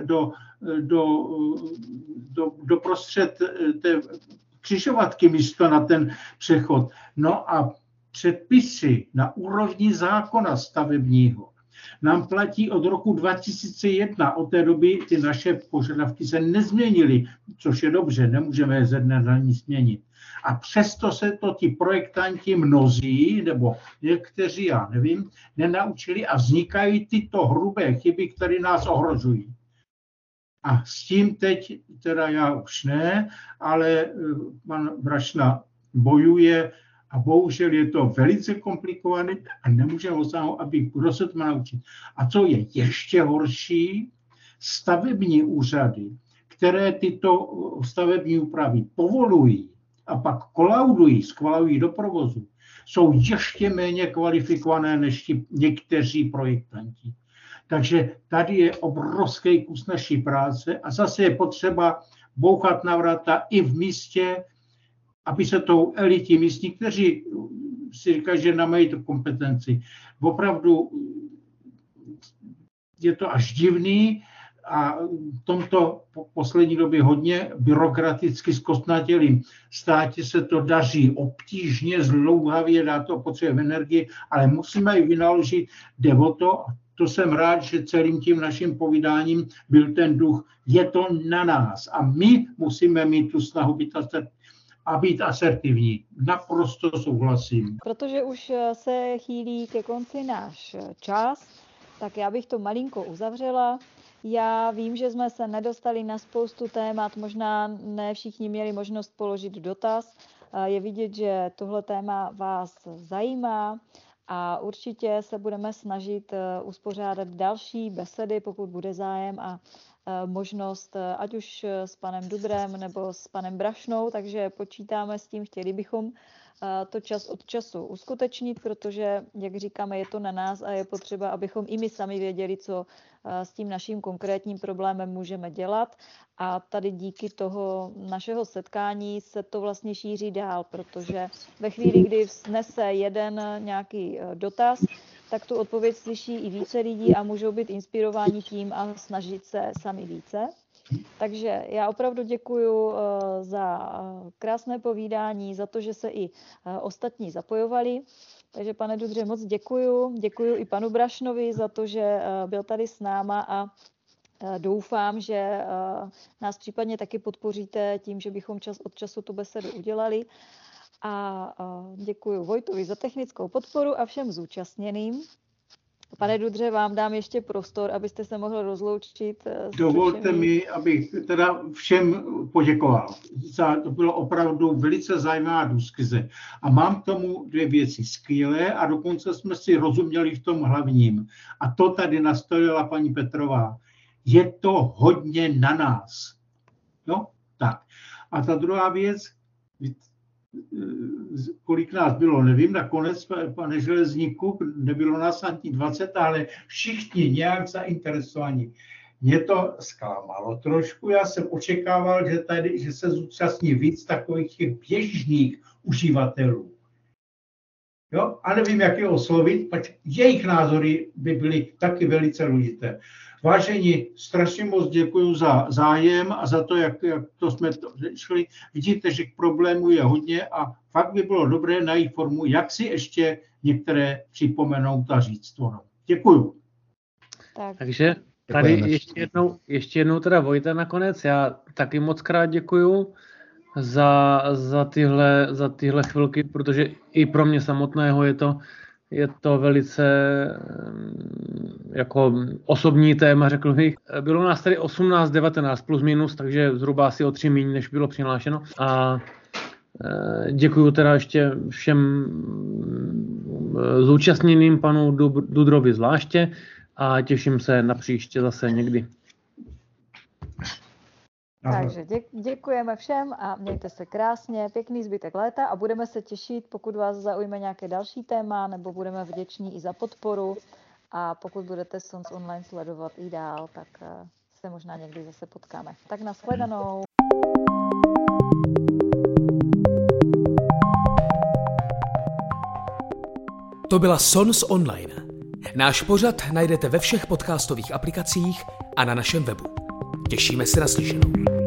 C: do prostřed té křižovatky místo na ten přechod. No a předpisy na úrovni zákona stavebního nám platí od roku 2001. Od té doby ty naše požadavky se nezměnily, což je dobře, nemůžeme je ze dne na ní změnit. A přesto se to ti projektanti mnozí, nebo někteří, já nevím, nenaučili a vznikají tyto hrubé chyby, které nás ohrožují. A s tím teď, teda já už ne, ale pan Brašna bojuje a bohužel je to velice komplikované a nemůžeme osáhnout, kdo se to má naučit. A co je ještě horší, stavební úřady, které tyto stavební úpravy povolují a pak schvalují do provozu, jsou ještě méně kvalifikované než ti někteří projektanti. Takže tady je obrovský kus naší práce a zase je potřeba bouchat na vrata i v místě, aby se tou elití místní, kteří si říkají, že nemají tu kompetenci. Opravdu je to až divný a v tomto poslední době hodně byrokraticky zkostnatělým státě se to daří obtížně, zdlouhavě, dá to potřebuje energii, ale musíme ji vynaložit, jde o to, to jsem rád, že celým tím naším povídáním byl ten duch, je to na nás a my musíme mít tu snahu být asertivní. Naprosto souhlasím.
B: Protože už se chýlí ke konci náš čas, tak já bych to malinko uzavřela. Já vím, že jsme se nedostali na spoustu témat, možná ne všichni měli možnost položit dotaz. Je vidět, že tohle téma vás zajímá a určitě se budeme snažit uspořádat další besedy, pokud bude zájem a možnost, ať už s panem Dudrem nebo s panem Brašnou, takže počítáme s tím, chtěli bychom to čas od času uskutečnit, protože, jak říkáme, je to na nás a je potřeba, abychom i my sami věděli, co s tím naším konkrétním problémem můžeme dělat. A tady díky toho našeho setkání se to vlastně šíří dál, protože ve chvíli, kdy vznese jeden nějaký dotaz, tak tu odpověď slyší i více lidí a můžou být inspirováni tím a snažit se sami více. Takže já opravdu děkuju za krásné povídání, za to, že se i ostatní zapojovali. Takže pane Dudře, moc děkuju. Děkuju i panu Brašnovi za to, že byl tady s náma a doufám, že nás případně taky podpoříte tím, že bychom čas od času tu besedu udělali. A děkuji Vojtovi za technickou podporu a všem zúčastněným. Pane Dudře, vám dám ještě prostor, abyste se mohl rozloučit.
C: Dovolte mi, abych teda všem poděkoval. To bylo opravdu velice zajímavá diskuze. A mám k tomu dvě věci skvělé a dokonce jsme si rozuměli v tom hlavním. A to tady nastolila paní Petrová. Je to hodně na nás. No, tak. A ta druhá věc, kolik nás bylo, nevím, nakonec, pane Železníku, nebylo nás ani 20, ale všichni nějak zainteresovaní. Mě to zklamalo trošku, já jsem očekával, že se zúčastní víc takových těch běžných uživatelů. Jo? A nevím, jak je oslovit, protože jejich názory by byly taky velice důležité. Vážení, strašně moc děkuji za zájem a za to, jak to jsme to řešili. Vidíte, že k problému je hodně a fakt by bylo dobré najít formu, jak si ještě některé připomenout a říct to. Děkuji.
D: Takže tady ještě jednou teda Vojta nakonec. Já taky moc krát děkuju za tyhle chvilky, protože i pro mě samotného je to velice jako osobní téma, řekl bych. Bylo nás tady 18-19 plus minus, takže zhruba asi o 3 míň, než bylo přihlášeno. A děkuju teda ještě všem zúčastněným, panu Dudrovi zvláště, a těším se na příště zase někdy.
B: Takže děkujeme všem a mějte se krásně, pěkný zbytek léta a budeme se těšit, pokud vás zaujme nějaké další téma, nebo budeme vděční i za podporu a pokud budete Sons Online sledovat i dál, tak se možná někdy zase potkáme. Tak nashledanou.
A: To byla Sons Online. Náš pořad najdete ve všech podcastových aplikacích a na našem webu. Těšíme se na slyšenou.